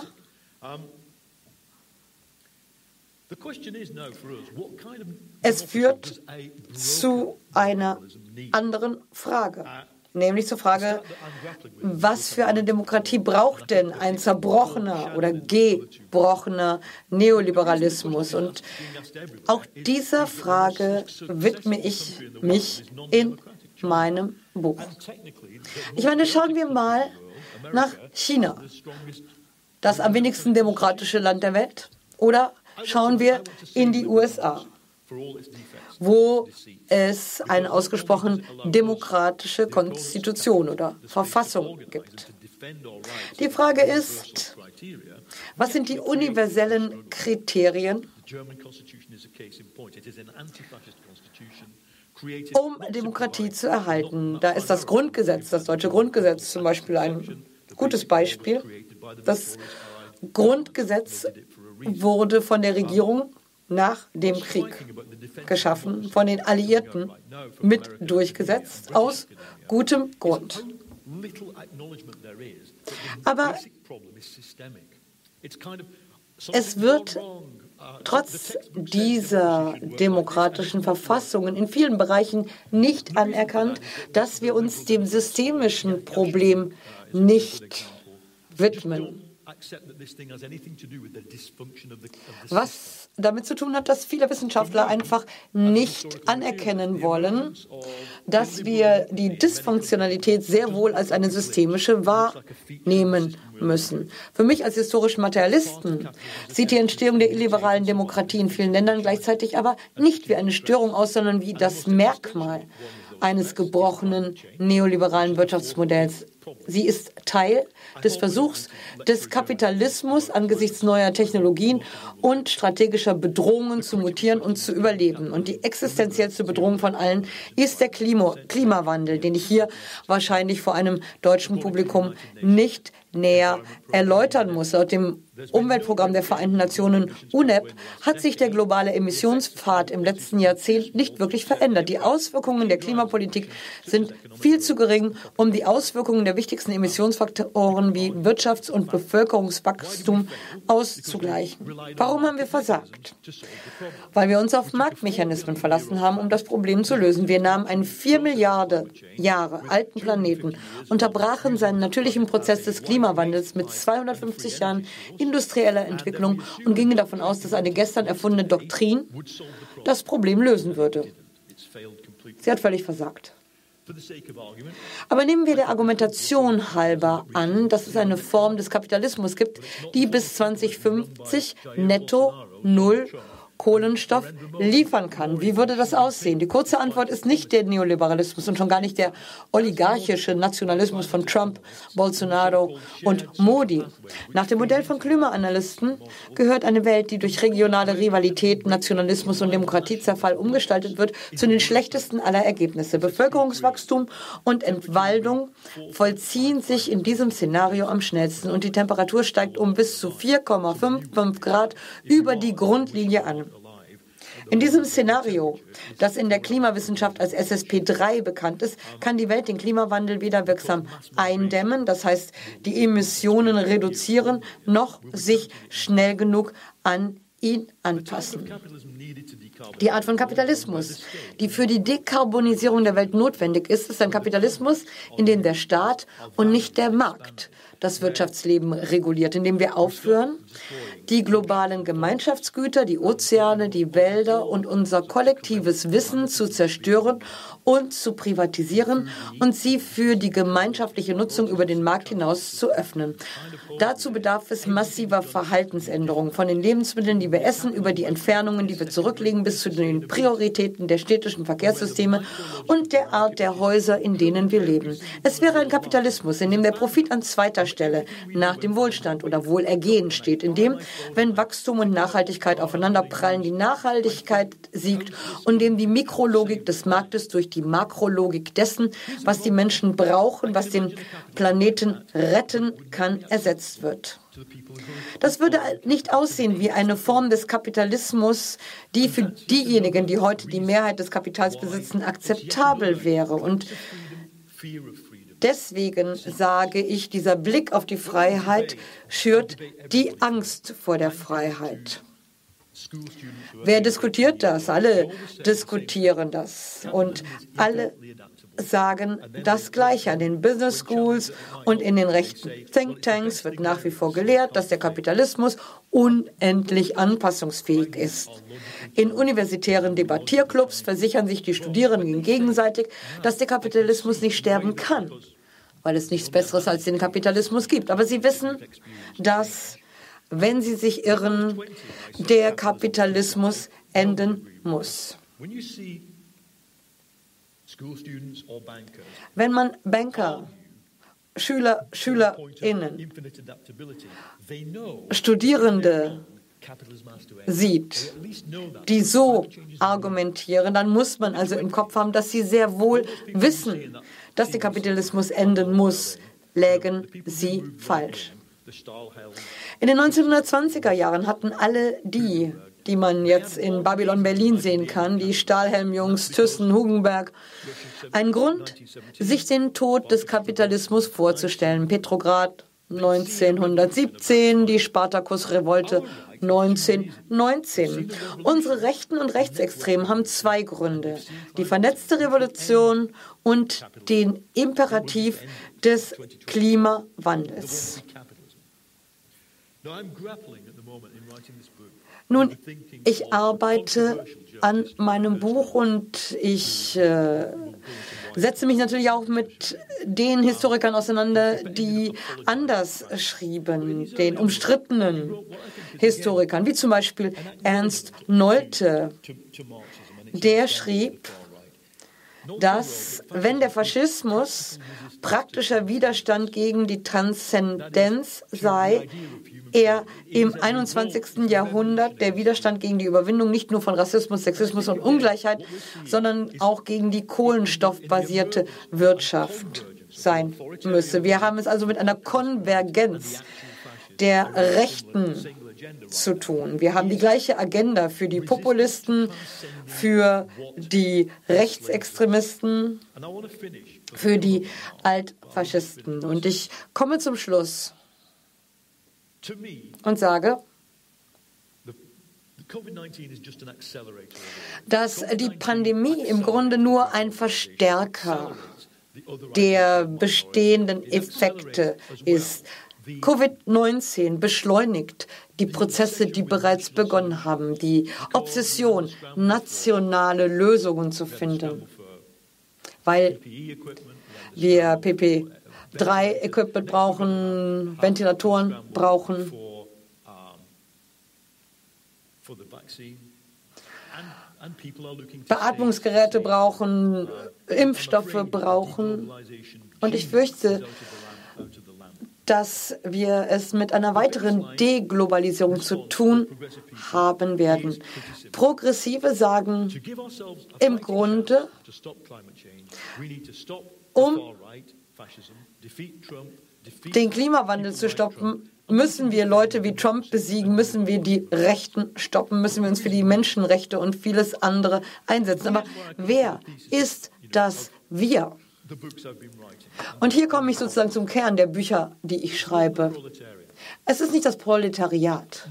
Speaker 4: es führt zu einer anderen Frage. Nämlich zur Frage, was für eine Demokratie braucht denn ein zerbrochener oder gebrochener Neoliberalismus? Und auch dieser Frage widme ich mich in meinem Buch. Ich meine, schauen wir mal nach China, das am wenigsten demokratische Land der Welt, oder Schauen wir in die USA, wo es eine ausgesprochen demokratische Konstitution oder Verfassung gibt. Die Frage ist, was sind die universellen Kriterien, um Demokratie zu erhalten? Da ist das Grundgesetz, das deutsche Grundgesetz zum Beispiel ein gutes Beispiel. Das Grundgesetz wurde von der Regierung nach dem Krieg geschaffen, von den Alliierten mit durchgesetzt, aus gutem Grund. Aber es wird trotz dieser demokratischen Verfassungen in vielen Bereichen nicht anerkannt, dass wir uns dem systemischen Problem nicht widmen. Was damit zu tun hat, dass viele Wissenschaftler einfach nicht anerkennen wollen, dass wir die Dysfunktionalität sehr wohl als eine systemische wahrnehmen müssen. Für mich als historischen Materialisten sieht die Entstehung der illiberalen Demokratie in vielen Ländern gleichzeitig aber nicht wie eine Störung aus, sondern wie das Merkmal eines gebrochenen neoliberalen Wirtschaftsmodells. Sie ist Teil des Versuchs des Kapitalismus angesichts neuer Technologien und strategischer Bedrohungen zu mutieren und zu überleben. Und die existenziellste Bedrohung von allen ist der Klimawandel, den ich hier wahrscheinlich vor einem deutschen Publikum nicht näher erläutern muss. Laut dem Umweltprogramm der Vereinten Nationen UNEP hat sich der globale Emissionspfad im letzten Jahrzehnt nicht wirklich verändert. Die Auswirkungen der Klimapolitik sind viel zu gering, um die Auswirkungen der wichtigsten Emissionsfaktoren wie Wirtschafts- und Bevölkerungswachstum auszugleichen. Warum haben wir versagt? Weil wir uns auf Marktmechanismen verlassen haben, um das Problem zu lösen. Wir nahmen einen 4 Milliarden Jahre alten Planeten, unterbrachen seinen natürlichen Prozess des Klimawandels mit 250 Jahren industrieller Entwicklung und gingen davon aus, dass eine gestern erfundene Doktrin das Problem lösen würde. Sie hat völlig versagt. Aber nehmen wir der Argumentation halber an, dass es eine Form des Kapitalismus gibt, die bis 2050 netto null Kohlenstoff liefern kann. Wie würde das aussehen? Die kurze Antwort ist nicht der Neoliberalismus und schon gar nicht der oligarchische Nationalismus von Trump, Bolsonaro und Modi. Nach dem Modell von Klimaanalysten gehört eine Welt, die durch regionale Rivalität, Nationalismus und Demokratiezerfall umgestaltet wird, zu den schlechtesten aller Ergebnisse. Bevölkerungswachstum und Entwaldung vollziehen sich in diesem Szenario am schnellsten und die Temperatur steigt um bis zu 4,55 Grad über die Grundlinie an. In diesem Szenario, das in der Klimawissenschaft als SSP3 bekannt ist, kann die Welt den Klimawandel weder wirksam eindämmen, das heißt die Emissionen reduzieren, noch sich schnell genug an ihn anpassen. Die Art von Kapitalismus, die für die Dekarbonisierung der Welt notwendig ist, ist ein Kapitalismus, in dem der Staat und nicht der Markt das Wirtschaftsleben reguliert, indem wir aufhören, die globalen Gemeinschaftsgüter, die Ozeane, die Wälder und unser kollektives Wissen zu zerstören und zu privatisieren und sie für die gemeinschaftliche Nutzung über den Markt hinaus zu öffnen. Dazu bedarf es massiver Verhaltensänderungen, von den Lebensmitteln, die wir essen, über die Entfernungen, die wir zurücklegen, bis zu den Prioritäten der städtischen Verkehrssysteme und der Art der Häuser, in denen wir leben. Es wäre ein Kapitalismus, in dem der Profit an zweiter Stelle nach dem Wohlstand oder Wohlergehen steht, in dem, wenn Wachstum und Nachhaltigkeit aufeinanderprallen, die Nachhaltigkeit siegt und in dem die Mikrologik des Marktes durch die Makrologik dessen, was die Menschen brauchen, was den Planeten retten kann, ersetzt wird. Das würde nicht aussehen wie eine Form des Kapitalismus, die für diejenigen, die heute die Mehrheit des Kapitals besitzen, akzeptabel wäre. Und deswegen sage ich, dieser Blick auf die Freiheit schürt die Angst vor der Freiheit. Wer diskutiert das? Alle diskutieren das. Und alle sagen das Gleiche. An den Business Schools und in den rechten Thinktanks wird nach wie vor gelehrt, dass der Kapitalismus unendlich anpassungsfähig ist. In universitären Debattierclubs versichern sich die Studierenden gegenseitig, dass der Kapitalismus nicht sterben kann, weil es nichts Besseres als den Kapitalismus gibt. Aber sie wissen, dass wenn sie sich irren, der Kapitalismus enden muss. Wenn man Banker, Schüler, SchülerInnen, Studierende sieht, die so argumentieren, dann muss man also im Kopf haben, dass sie sehr wohl wissen, dass der Kapitalismus enden muss. Lägen sie falsch. In den 1920er Jahren hatten alle die man jetzt in Babylon Berlin sehen kann, die Stahlhelm-Jungs, Thyssen, Hugenberg, einen Grund, sich den Tod des Kapitalismus vorzustellen. Petrograd 1917, die Spartakus-Revolte 1919. Unsere Rechten und Rechtsextremen haben zwei Gründe: die vernetzte Revolution und den Imperativ des Klimawandels. Nun, ich arbeite an meinem Buch und ich setze mich natürlich auch mit den Historikern auseinander, die anders schrieben, den umstrittenen Historikern, wie zum Beispiel Ernst Nolte. Der schrieb, dass, wenn der Faschismus praktischer Widerstand gegen die Transzendenz sei, er im 21. Jahrhundert der Widerstand gegen die Überwindung nicht nur von Rassismus, Sexismus und Ungleichheit, sondern auch gegen die kohlenstoffbasierte Wirtschaft sein müsse. Wir haben es also mit einer Konvergenz der Rechten zu tun. Wir haben die gleiche Agenda für die Populisten, für die Rechtsextremisten, für die Altfaschisten. Und ich komme zum Schluss und sage, dass die Pandemie im Grunde nur ein Verstärker der bestehenden Effekte ist. Covid-19 beschleunigt die Prozesse, die bereits begonnen haben, die Obsession, nationale Lösungen zu finden, weil wir PP3-Equipment brauchen, Ventilatoren brauchen, Beatmungsgeräte brauchen, Impfstoffe brauchen. Und ich fürchte, dass wir es mit einer weiteren Deglobalisierung zu tun haben werden. Progressive sagen im Grunde, um den Klimawandel zu stoppen, müssen wir Leute wie Trump besiegen, müssen wir die Rechten stoppen, müssen wir uns für die Menschenrechte und vieles andere einsetzen. Aber wer ist das Wir? Und hier komme ich sozusagen zum Kern der Bücher, die ich schreibe. Es ist nicht das Proletariat.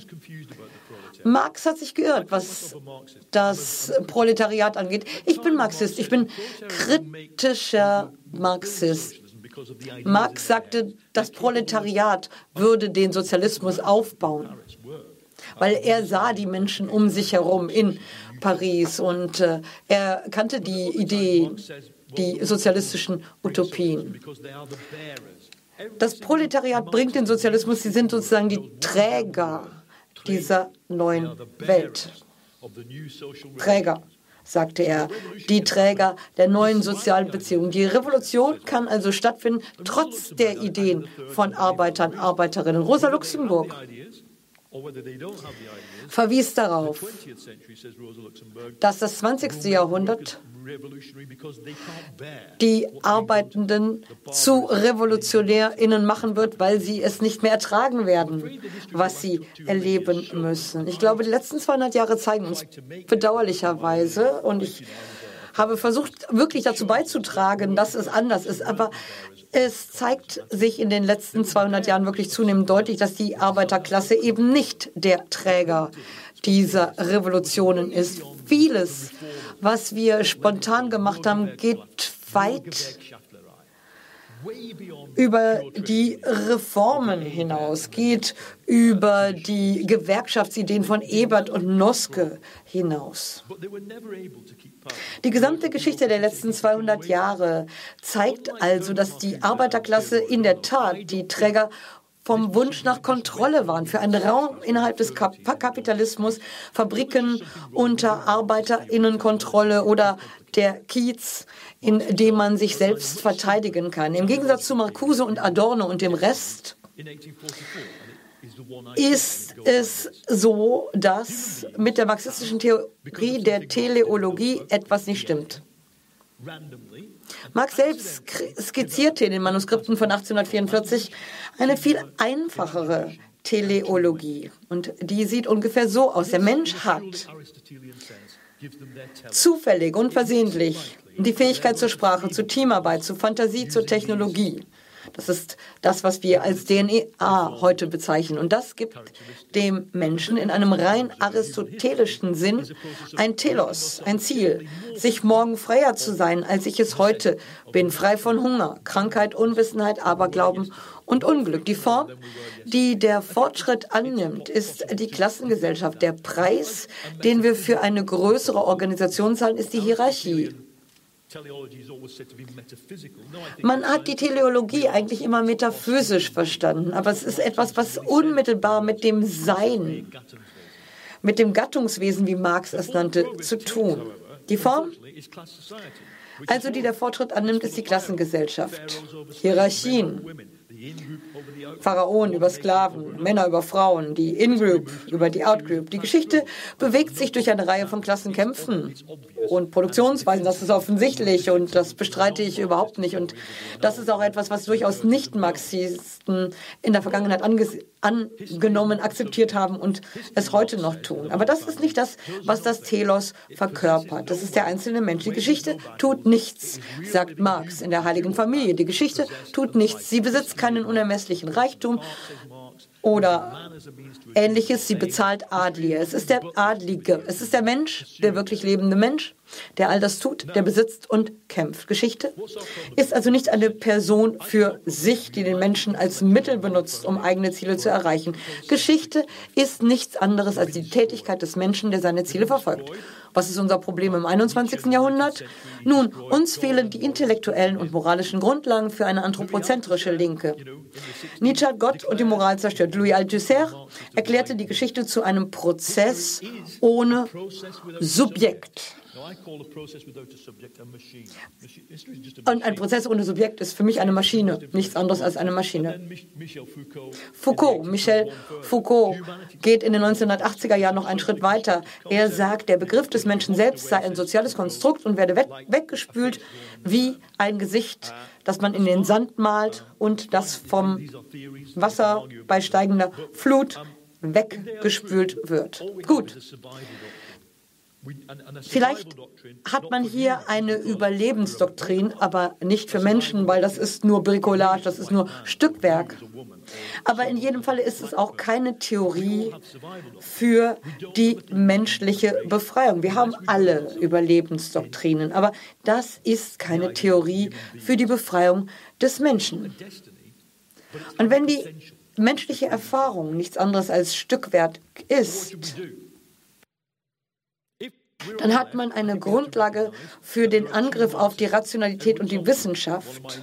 Speaker 4: Marx hat sich geirrt, was das Proletariat angeht. Ich bin Marxist, ich bin kritischer Marxist. Marx sagte, das Proletariat würde den Sozialismus aufbauen, weil er sah die Menschen um sich herum in Paris und er kannte die Idee, die sozialistischen Utopien. Das Proletariat bringt den Sozialismus, sie sind sozusagen die Träger dieser neuen Welt. Träger, sagte er, die Träger der neuen sozialen Beziehungen. Die Revolution kann also stattfinden, trotz der Ideen von Arbeitern, Arbeiterinnen. Rosa Luxemburg verwies darauf, dass das 20. Jahrhundert die Arbeitenden zu RevolutionärInnen machen wird, weil sie es nicht mehr ertragen werden, was sie erleben müssen. Ich glaube, die letzten 200 Jahre zeigen uns bedauerlicherweise, und ich habe versucht, wirklich dazu beizutragen, dass es anders ist, aber es zeigt sich in den letzten 200 Jahren wirklich zunehmend deutlich, dass die Arbeiterklasse eben nicht der Träger dieser Revolutionen ist. Vieles, was wir spontan gemacht haben, geht weit über die Reformen hinaus, geht über die Gewerkschaftsideen von Ebert und Noske hinaus. Die gesamte Geschichte der letzten 200 Jahre zeigt also, dass die Arbeiterklasse in der Tat die Träger vom Wunsch nach Kontrolle waren, für einen Raum innerhalb des Kapitalismus, Fabriken unter ArbeiterInnenkontrolle oder der Kiez, in dem man sich selbst verteidigen kann. Im Gegensatz zu Marcuse und Adorno und dem Rest ist es so, dass mit der marxistischen Theorie der Teleologie etwas nicht stimmt. Marx selbst skizzierte in den Manuskripten von 1844 eine viel einfachere Teleologie. Und die sieht ungefähr so aus. Der Mensch hat zufällig und versehentlich die Fähigkeit zur Sprache, zur Teamarbeit, zur Fantasie, zur Technologie. Das ist das, was wir als DNA heute bezeichnen. Und das gibt dem Menschen in einem rein aristotelischen Sinn ein Telos, ein Ziel, sich morgen freier zu sein, als ich es heute bin, frei von Hunger, Krankheit, Unwissenheit, Aberglauben und Unglück. Die Form, die der Fortschritt annimmt, ist die Klassengesellschaft. Der Preis, den wir für eine größere Organisation zahlen, ist die Hierarchie. Man hat die Teleologie eigentlich immer metaphysisch verstanden, aber es ist etwas, was unmittelbar mit dem Sein, mit dem Gattungswesen, wie Marx es nannte, zu tun. Die Form, also die der Fortschritt annimmt, ist die Klassengesellschaft. Hierarchien. Pharaonen über Sklaven, Männer über Frauen, die In-Group über die Out-Group. Die Geschichte bewegt sich durch eine Reihe von Klassenkämpfen und Produktionsweisen. Das ist offensichtlich und das bestreite ich überhaupt nicht. Und das ist auch etwas, was durchaus Nicht-Marxisten in der Vergangenheit angenommen, akzeptiert haben und es heute noch tun. Aber das ist nicht das, was das Telos verkörpert. Das ist der einzelne Mensch. Die Geschichte tut nichts, sagt Marx in der Heiligen Familie. Die Geschichte tut nichts. Sie besitzt keinen unermesslichen Reichtum oder Ähnliches. Sie bezahlt Adlige. Es ist der Adlige. Es ist der Mensch, der wirklich lebende Mensch, der all das tut, der besitzt und kämpft. Geschichte ist also nicht eine Person für sich, die den Menschen als Mittel benutzt, um eigene Ziele zu erreichen. Geschichte ist nichts anderes als die Tätigkeit des Menschen, der seine Ziele verfolgt. Was ist unser Problem im 21. Jahrhundert? Nun, uns fehlen die intellektuellen und moralischen Grundlagen für eine anthropozentrische Linke. Nietzsche hat Gott und die Moral zerstört. Louis Althusser erklärte die Geschichte zu einem Prozess ohne Subjekt. Und ein Prozess ohne Subjekt ist für mich eine Maschine, nichts anderes als eine Maschine. Michel Foucault geht in den 1980er Jahren noch einen Schritt weiter. Er sagt, der Begriff des Menschen selbst sei ein soziales Konstrukt und werde weggespült wie ein Gesicht, das man in den Sand malt und das vom Wasser bei steigender Flut weggespült wird. Gut. Vielleicht hat man hier eine Überlebensdoktrin, aber nicht für Menschen, weil das ist nur Bricolage, das ist nur Stückwerk. Aber in jedem Fall ist es auch keine Theorie für die menschliche Befreiung. Wir haben alle Überlebensdoktrinen, aber das ist keine Theorie für die Befreiung des Menschen. Und wenn die menschliche Erfahrung nichts anderes als Stückwerk ist, dann hat man eine Grundlage für den Angriff auf die Rationalität und die Wissenschaft.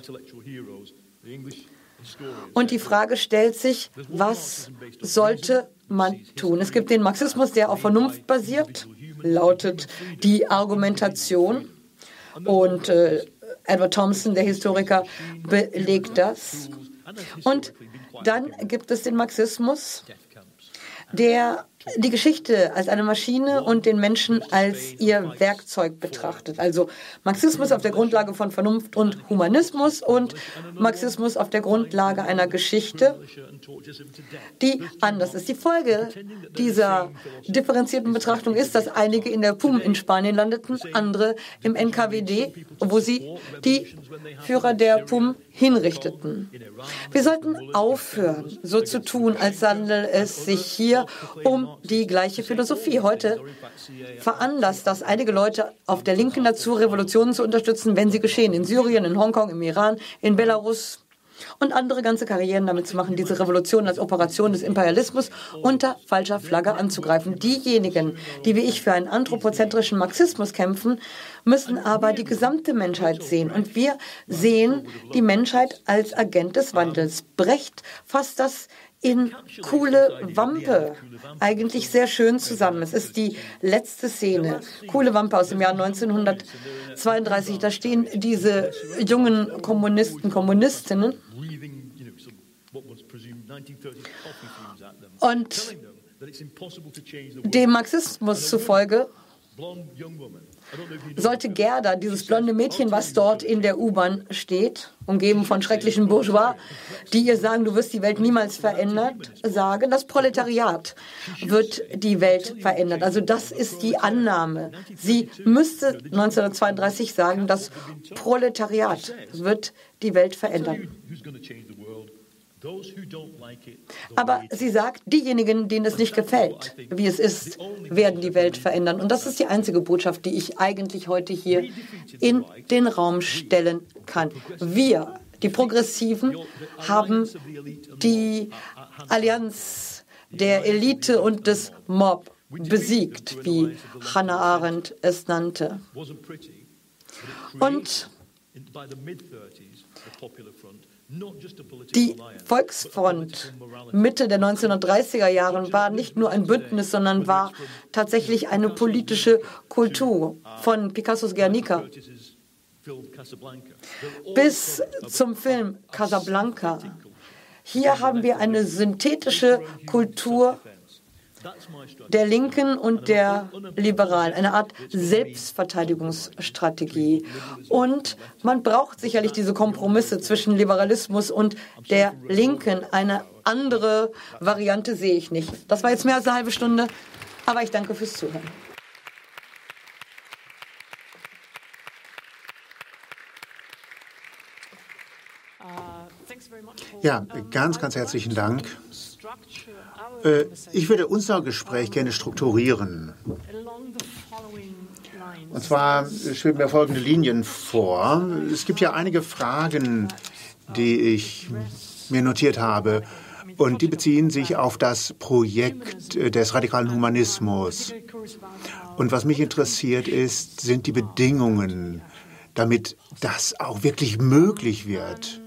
Speaker 4: Und die Frage stellt sich, was sollte man tun? Es gibt den Marxismus, der auf Vernunft basiert, lautet die Argumentation. Und Edward Thompson, der Historiker, belegt das. Und dann gibt es den Marxismus, der die Geschichte als eine Maschine und den Menschen als ihr Werkzeug betrachtet. Also Marxismus auf der Grundlage von Vernunft und Humanismus und Marxismus auf der Grundlage einer Geschichte, die anders ist. Die Folge dieser differenzierten Betrachtung ist, dass einige in der PUM in Spanien landeten, andere im NKWD, wo sie die Führer der PUM hinrichteten. Wir sollten aufhören, so zu tun, als handele es sich hier um die gleiche Philosophie. Heute veranlasst das einige Leute auf der Linken dazu, Revolutionen zu unterstützen, wenn sie geschehen. In Syrien, in Hongkong, im Iran, in Belarus und andere ganze Karrieren damit zu machen, diese Revolution als Operation des Imperialismus unter falscher Flagge anzugreifen. Diejenigen, die wie ich für einen anthropozentrischen Marxismus kämpfen, müssen aber die gesamte Menschheit sehen. Und wir sehen die Menschheit als Agent des Wandels. Brecht fasst das in Kuhle Wampe eigentlich sehr schön zusammen. Es ist die letzte Szene. Kuhle Wampe aus dem Jahr 1932. Da stehen diese jungen Kommunisten, Kommunistinnen und dem Marxismus zufolge sollte Gerda, dieses blonde Mädchen, was dort in der U-Bahn steht, umgeben von schrecklichen Bourgeois, die ihr sagen, du wirst die Welt niemals verändern, sagen, das Proletariat wird die Welt verändern. Also das ist die Annahme. Sie müsste 1932 sagen, das Proletariat wird die Welt verändern. Aber sie sagt, diejenigen, denen es nicht gefällt, wie es ist, werden die Welt verändern. Und das ist die einzige Botschaft, die ich eigentlich heute hier in den Raum stellen kann. Wir, die Progressiven, haben die Allianz der Elite und des Mob besiegt, wie Hannah Arendt es nannte. Und die Volksfront Mitte der 1930er Jahre war nicht nur ein Bündnis, sondern war tatsächlich eine politische Kultur von Picassos Guernica bis zum Film Casablanca. Hier haben wir eine synthetische Kultur der Linken und der Liberalen, eine Art Selbstverteidigungsstrategie. Und man braucht sicherlich diese Kompromisse zwischen Liberalismus und der Linken. Eine andere Variante sehe ich nicht. Das war jetzt mehr als eine halbe Stunde, aber ich danke fürs Zuhören.
Speaker 5: Ja, ganz, ganz herzlichen Dank. Ich würde unser Gespräch gerne strukturieren. Und zwar schweben mir folgende Linien vor. Es gibt ja einige Fragen, die ich mir notiert habe. Und die beziehen sich auf das Projekt des radikalen Humanismus. Und was mich interessiert ist, sind die Bedingungen, damit das auch wirklich möglich wird.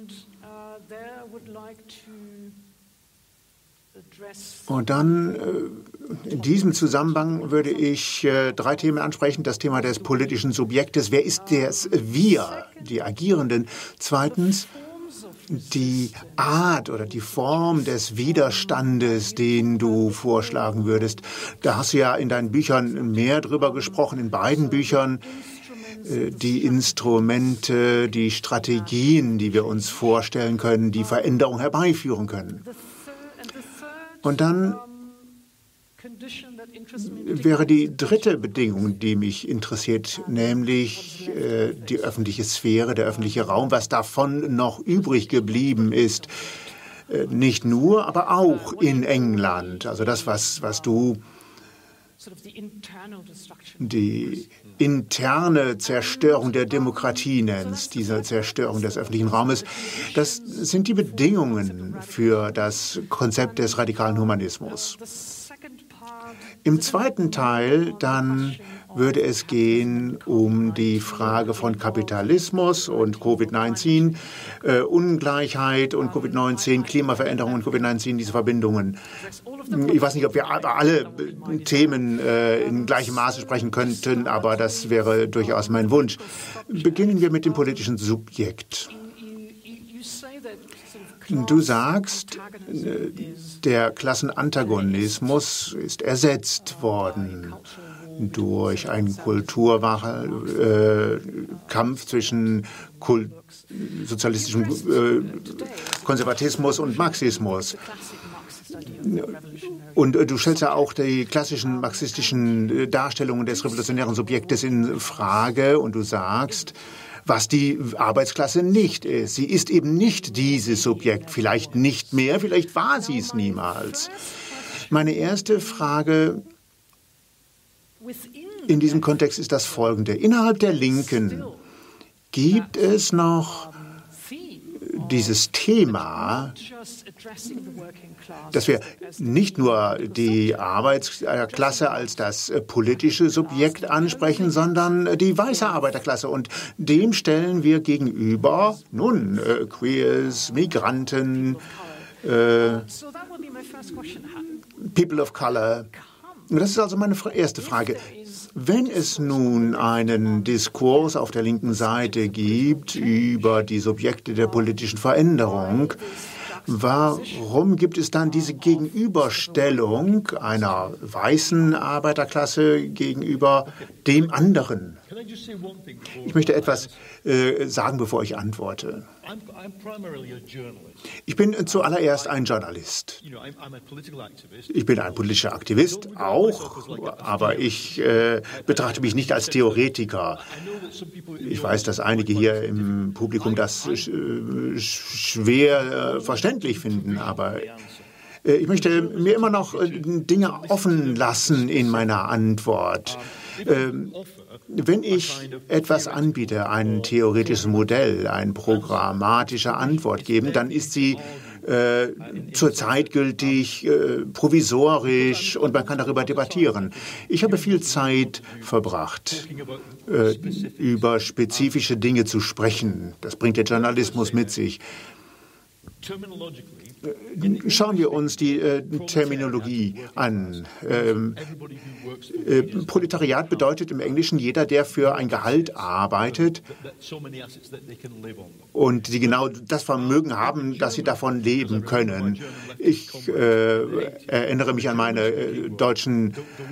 Speaker 5: Und dann in diesem Zusammenhang würde ich 3 Themen ansprechen. Das Thema des politischen Subjektes. Wer ist das Wir, die Agierenden? Zweitens, die Art oder die Form des Widerstandes, den du vorschlagen würdest. Da hast du ja in deinen Büchern mehr drüber gesprochen, in beiden Büchern. Die Instrumente, die Strategien, die wir uns vorstellen können, die Veränderung herbeiführen können. Und dann wäre die dritte Bedingung, die mich interessiert, nämlich die öffentliche Sphäre, der öffentliche Raum, was davon noch übrig geblieben ist. Nicht nur, aber auch in England. Also das, was du die interne Zerstörung der Demokratie nennst, diese Zerstörung des öffentlichen Raumes, das sind die Bedingungen für das Konzept des radikalen Humanismus. Im zweiten Teil dann würde es gehen um die Frage von Kapitalismus und Covid-19, Ungleichheit und Covid-19, Klimaveränderung und Covid-19, diese Verbindungen. Ich weiß nicht, ob wir alle Themen in gleichem Maße sprechen könnten, aber das wäre durchaus mein Wunsch. Beginnen wir mit dem politischen Subjekt. Du sagst, der Klassenantagonismus ist ersetzt worden durch einen Kulturkampf zwischen sozialistischem Konservatismus und Marxismus. Und du stellst ja auch die klassischen marxistischen Darstellungen des revolutionären Subjektes in Frage und du sagst, was die Arbeitsklasse nicht ist. Sie ist eben nicht dieses Subjekt, vielleicht nicht mehr, vielleicht war sie es niemals. Meine erste Frage in diesem Kontext ist das folgende. Innerhalb der Linken gibt es noch dieses Thema, dass wir nicht nur die Arbeiterklasse als das politische Subjekt ansprechen, sondern die weiße Arbeiterklasse. Und dem stellen wir gegenüber, nun, Queers, Migranten, People of Color. Das ist also meine erste Frage. Wenn es nun einen Diskurs auf der linken Seite gibt über die Subjekte der politischen Veränderung, warum gibt es dann diese Gegenüberstellung einer weißen Arbeiterklasse gegenüber dem anderen? Ich möchte etwas sagen, bevor ich antworte. Ich bin zuallererst ein Journalist. Ich bin ein politischer Aktivist auch, aber ich betrachte mich nicht als Theoretiker. Ich weiß, dass einige hier im Publikum das schwer verständlich finden, aber ich möchte mir immer noch Dinge offen lassen in meiner Antwort. Wenn ich etwas anbiete, ein theoretisches Modell, eine programmatische Antwort geben, dann ist sie zurzeit gültig, provisorisch und man kann darüber debattieren. Ich habe viel Zeit verbracht, über spezifische Dinge zu sprechen. Das bringt der Journalismus mit sich. Schauen wir uns die Terminologie an. Proletariat bedeutet im Englischen jeder, der für ein Gehalt arbeitet und die genau das Vermögen haben, dass sie davon leben können. Ich erinnere mich an meine deutschen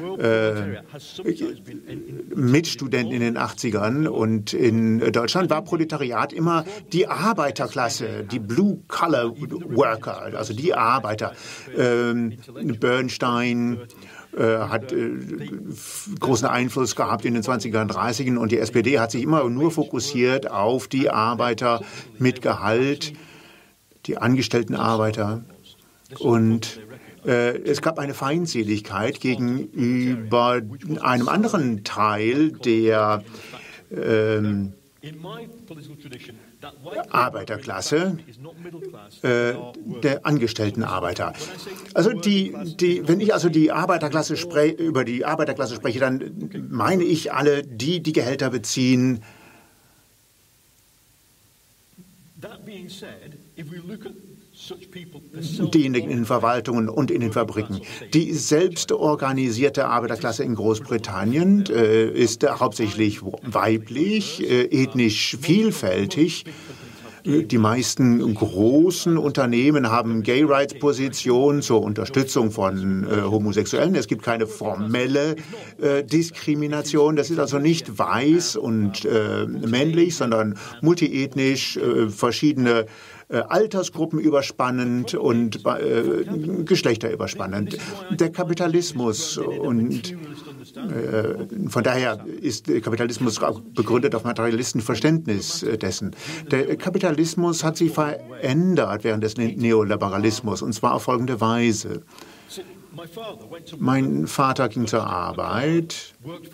Speaker 5: Mitstudenten in den 80ern und in Deutschland war Proletariat immer die Arbeiterklasse, die Blue-Collar-Worker. Also die Arbeiter. Bernstein hat großen Einfluss gehabt in den 20er und 30ern und die SPD hat sich immer nur fokussiert auf die Arbeiter mit Gehalt, die angestellten Arbeiter. Und es gab eine Feindseligkeit gegenüber einem anderen Teil der Arbeiterklasse, der angestellten Arbeiter. Also wenn ich also die Arbeiterklasse über die Arbeiterklasse spreche, dann meine ich alle, die Gehälter beziehen. Die in den Verwaltungen und in den Fabriken. Die selbstorganisierte Arbeiterklasse in Großbritannien ist hauptsächlich weiblich, ethnisch vielfältig. Die meisten großen Unternehmen haben Gay-Rights-Positionen zur Unterstützung von Homosexuellen. Es gibt keine formelle Diskrimination. Das ist also nicht weiß und männlich, sondern multiethnisch, verschiedene Altersgruppen überspannend und Geschlechter überspannend. Der Kapitalismus und von daher ist Kapitalismus begründet auf Materialistenverständnis dessen. Der Kapitalismus hat sich verändert während des Neoliberalismus und zwar auf folgende Weise. Mein Vater ging zur Arbeit,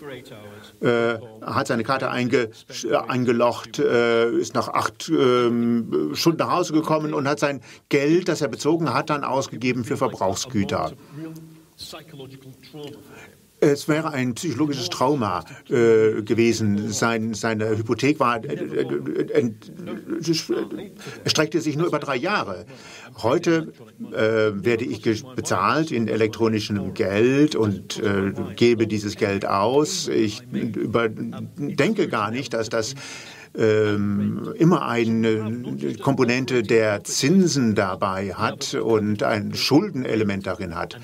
Speaker 5: hat seine Karte eingelocht, ist nach 8 Stunden nach Hause gekommen und hat sein Geld, das er bezogen hat, dann ausgegeben für Verbrauchsgüter. Es wäre ein psychologisches Trauma gewesen. Seine Hypothek erstreckte sich nur über 3 Jahre. Heute werde ich bezahlt in elektronischem Geld und gebe dieses Geld aus. Ich denke gar nicht, dass das immer eine Komponente der Zinsen dabei hat und ein Schuldenelement darin hat.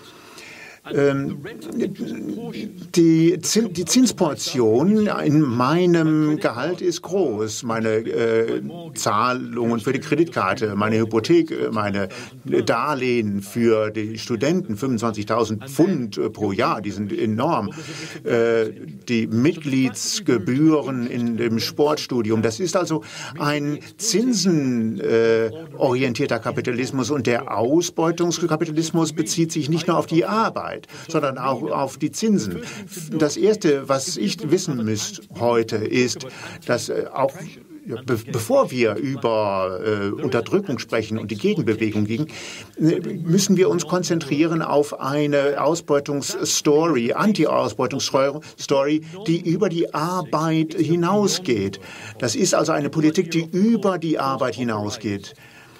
Speaker 5: Die Zinsportion in meinem Gehalt ist groß. Meine Zahlungen für die Kreditkarte, meine Hypothek, meine Darlehen für die Studenten, 25.000 Pfund pro Jahr, die sind enorm. Die Mitgliedsgebühren in dem Sportstudium, das ist also ein zinsenorientierter Kapitalismus und der Ausbeutungskapitalismus bezieht sich nicht nur auf die Arbeit, sondern auch auf die Zinsen. Das Erste, was ich wissen müsste heute, ist, dass auch bevor wir über Unterdrückung sprechen und die Gegenbewegung gegen, müssen wir uns konzentrieren auf eine Ausbeutungsstory, Anti-Ausbeutungsstory, die über die Arbeit hinausgeht. Das ist also eine Politik, die über die Arbeit hinausgeht.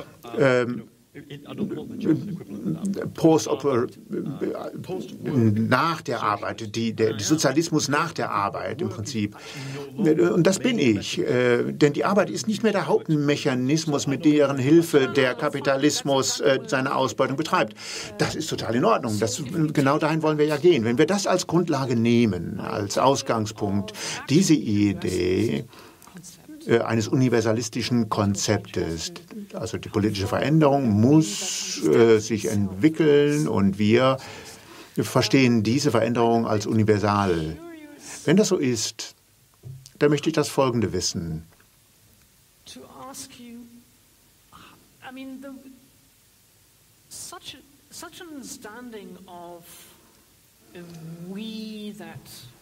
Speaker 5: Nach der Arbeit, der Sozialismus nach der Arbeit im Prinzip. Und das bin ich. Denn die Arbeit ist nicht mehr der Hauptmechanismus, mit deren Hilfe der Kapitalismus seine Ausbeutung betreibt. Das ist total in Ordnung. Genau dahin wollen wir ja gehen. Wenn wir das als Grundlage nehmen, als Ausgangspunkt, diese Idee eines universalistischen Konzeptes. Also die politische Veränderung muss sich entwickeln und wir verstehen diese Veränderung als universal. Wenn das so ist, dann möchte ich das Folgende wissen.
Speaker 2: Such an understanding of we that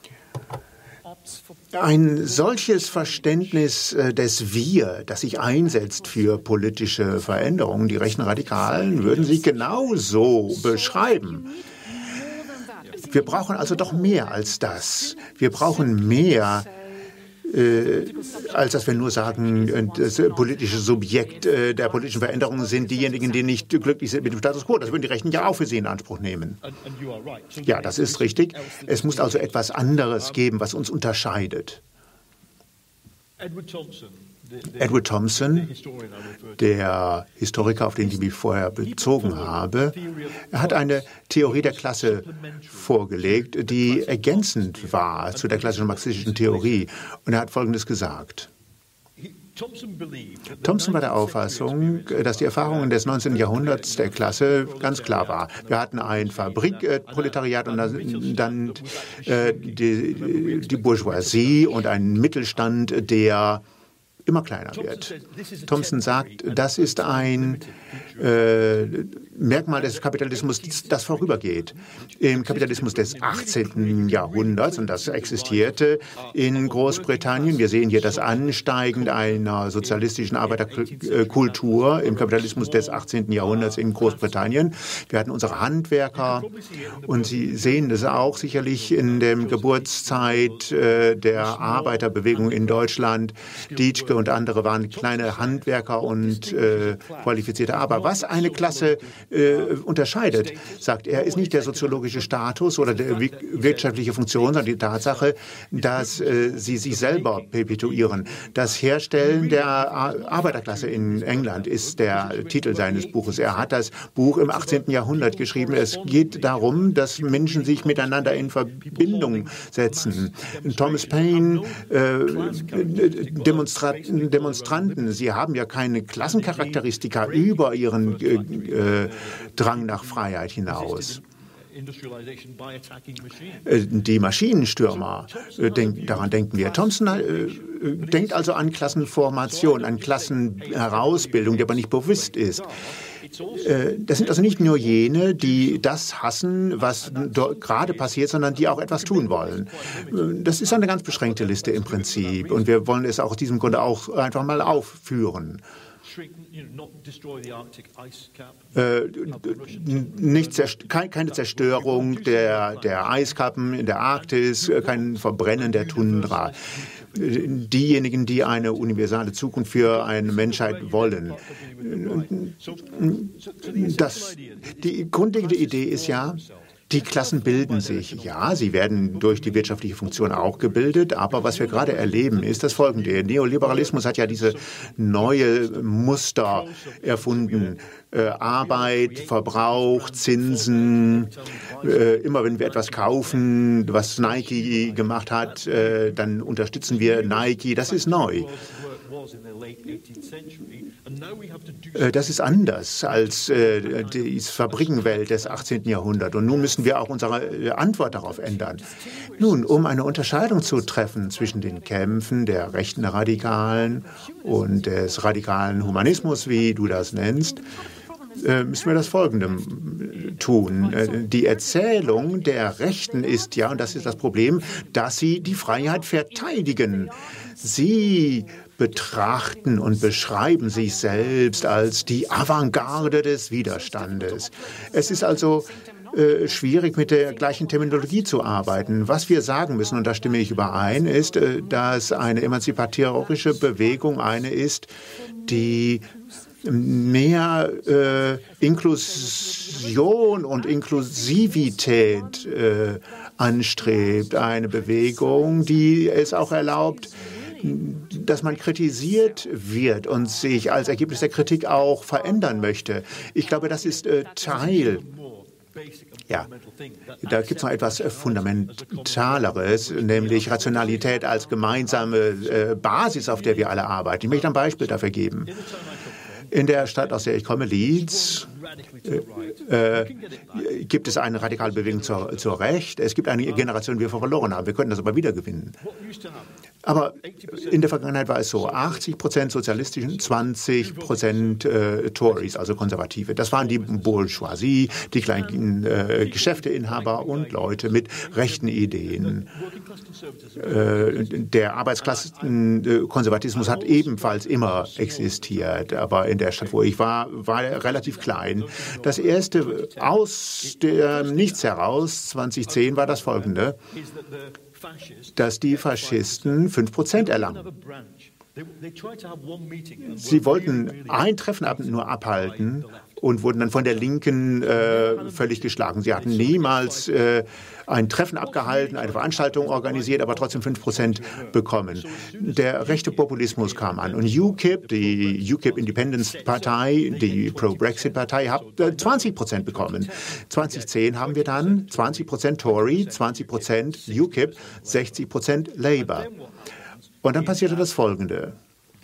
Speaker 5: ein solches Verständnis des Wir, das sich einsetzt für politische Veränderungen, die rechten Radikalen würden sich genauso beschreiben. Wir brauchen also doch mehr als das. Wir brauchen mehr, als dass wir nur sagen, das politische Subjekt der politischen Veränderungen sind diejenigen, die nicht glücklich sind mit dem Status quo. Das würden die Rechten ja auch für sie in Anspruch nehmen. Ja, das ist richtig. Es muss also etwas anderes geben, was uns unterscheidet. Edward Thompson, der Historiker, auf den ich mich vorher bezogen habe, hat eine Theorie der Klasse vorgelegt, die ergänzend war zu der klassischen marxistischen Theorie. Und er hat Folgendes gesagt. Thompson war der Auffassung, dass die Erfahrungen des 19. Jahrhunderts der Klasse ganz klar war. Wir hatten ein Fabrikproletariat und dann die Bourgeoisie und einen Mittelstand, der immer kleiner wird. Thompson sagt, das ist ein Merkmal des Kapitalismus, das vorübergeht. Im Kapitalismus des 18. Jahrhunderts, und das existierte in Großbritannien, wir sehen hier das Ansteigen einer sozialistischen Arbeiterkultur im Kapitalismus des 18. Jahrhunderts in Großbritannien. Wir hatten unsere Handwerker und Sie sehen das auch sicherlich in der Geburtszeit der Arbeiterbewegung in Deutschland. Dietzschke und andere waren kleine Handwerker und qualifizierte Arbeiter. Was eine Klasse unterscheidet, sagt er, ist nicht der soziologische Status oder die wirtschaftliche Funktion, sondern die Tatsache, dass sie sich selber perpetuieren. Das Herstellen der Arbeiterklasse in England ist der Titel seines Buches. Er hat das Buch im 18. Jahrhundert geschrieben. Es geht darum, dass Menschen sich miteinander in Verbindung setzen. Thomas Paine, Demonstranten, sie haben ja keine Klassencharakteristika über ihren Drang nach Freiheit hinaus. Die Maschinenstürmer, daran denken wir. Thompson denkt also an Klassenformation, an Klassenherausbildung, die aber nicht bewusst ist. Das sind also nicht nur jene, die das hassen, was dort gerade passiert, sondern die auch etwas tun wollen. Das ist eine ganz beschränkte Liste im Prinzip und wir wollen es auch aus diesem Grunde auch einfach mal aufführen. Keine Zerstörung der Eiskappen in der Arktis, kein Verbrennen der Tundra. Diejenigen, die eine universale Zukunft für eine Menschheit wollen. Die grundlegende Idee ist ja, die Klassen bilden sich. Ja, sie werden durch die wirtschaftliche Funktion auch gebildet, aber was wir gerade erleben, ist das Folgende. Der Neoliberalismus hat ja diese neue Muster erfunden. Arbeit, Verbrauch, Zinsen. Immer wenn wir etwas kaufen, was Nike gemacht hat, dann unterstützen wir Nike. Das ist neu. Das ist anders als die Fabrikenwelt des 18. Jahrhunderts. Und nun müssen wir auch unsere Antwort darauf ändern. Nun, um eine Unterscheidung zu treffen zwischen den Kämpfen der rechten Radikalen und des radikalen Humanismus, wie du das nennst, müssen wir das Folgende tun. Die Erzählung der Rechten ist ja, und das ist das Problem, dass sie die Freiheit verteidigen. Sie betrachten und beschreiben sich selbst als die Avantgarde des Widerstandes. Es ist also schwierig, mit der gleichen Terminologie zu arbeiten. Was wir sagen müssen, und da stimme ich überein, ist, dass eine emanzipatorische Bewegung eine ist, die mehr Inklusion und Inklusivität anstrebt. Eine Bewegung, die es auch erlaubt, dass man kritisiert wird und sich als Ergebnis der Kritik auch verändern möchte. Ich glaube, das ist Teil. Ja, da gibt es noch etwas Fundamentaleres, nämlich Rationalität als gemeinsame Basis, auf der wir alle arbeiten. Ich möchte ein Beispiel dafür geben. In der Stadt, aus der ich komme, Leeds, gibt es eine radikale Bewegung zur Recht. Es gibt eine Generation, die wir verloren haben. Wir könnten das aber wieder gewinnen. Aber in der Vergangenheit war es so, 80% Sozialistischen, 20% Tories, also Konservative. Das waren die Bourgeoisie, die kleinen Geschäfteinhaber und Leute mit rechten Ideen. Der Arbeitsklassenkonservatismus hat ebenfalls immer existiert, aber in der Stadt, wo ich war er relativ klein. Das erste aus dem Nichts heraus, 2010, war das folgende, dass die Faschisten 5% erlangen. Sie wollten ein Treffen nur abhalten und wurden dann von der Linken völlig geschlagen. Sie hatten niemals ein Treffen abgehalten, eine Veranstaltung organisiert, aber trotzdem 5% bekommen. Der rechte Populismus kam an. Und UKIP, die UKIP Independence Partei, die Pro-Brexit-Partei, hat 20% bekommen. 2010 haben wir dann 20% Tory, 20% UKIP, 60% Labour. Und dann passierte das Folgende.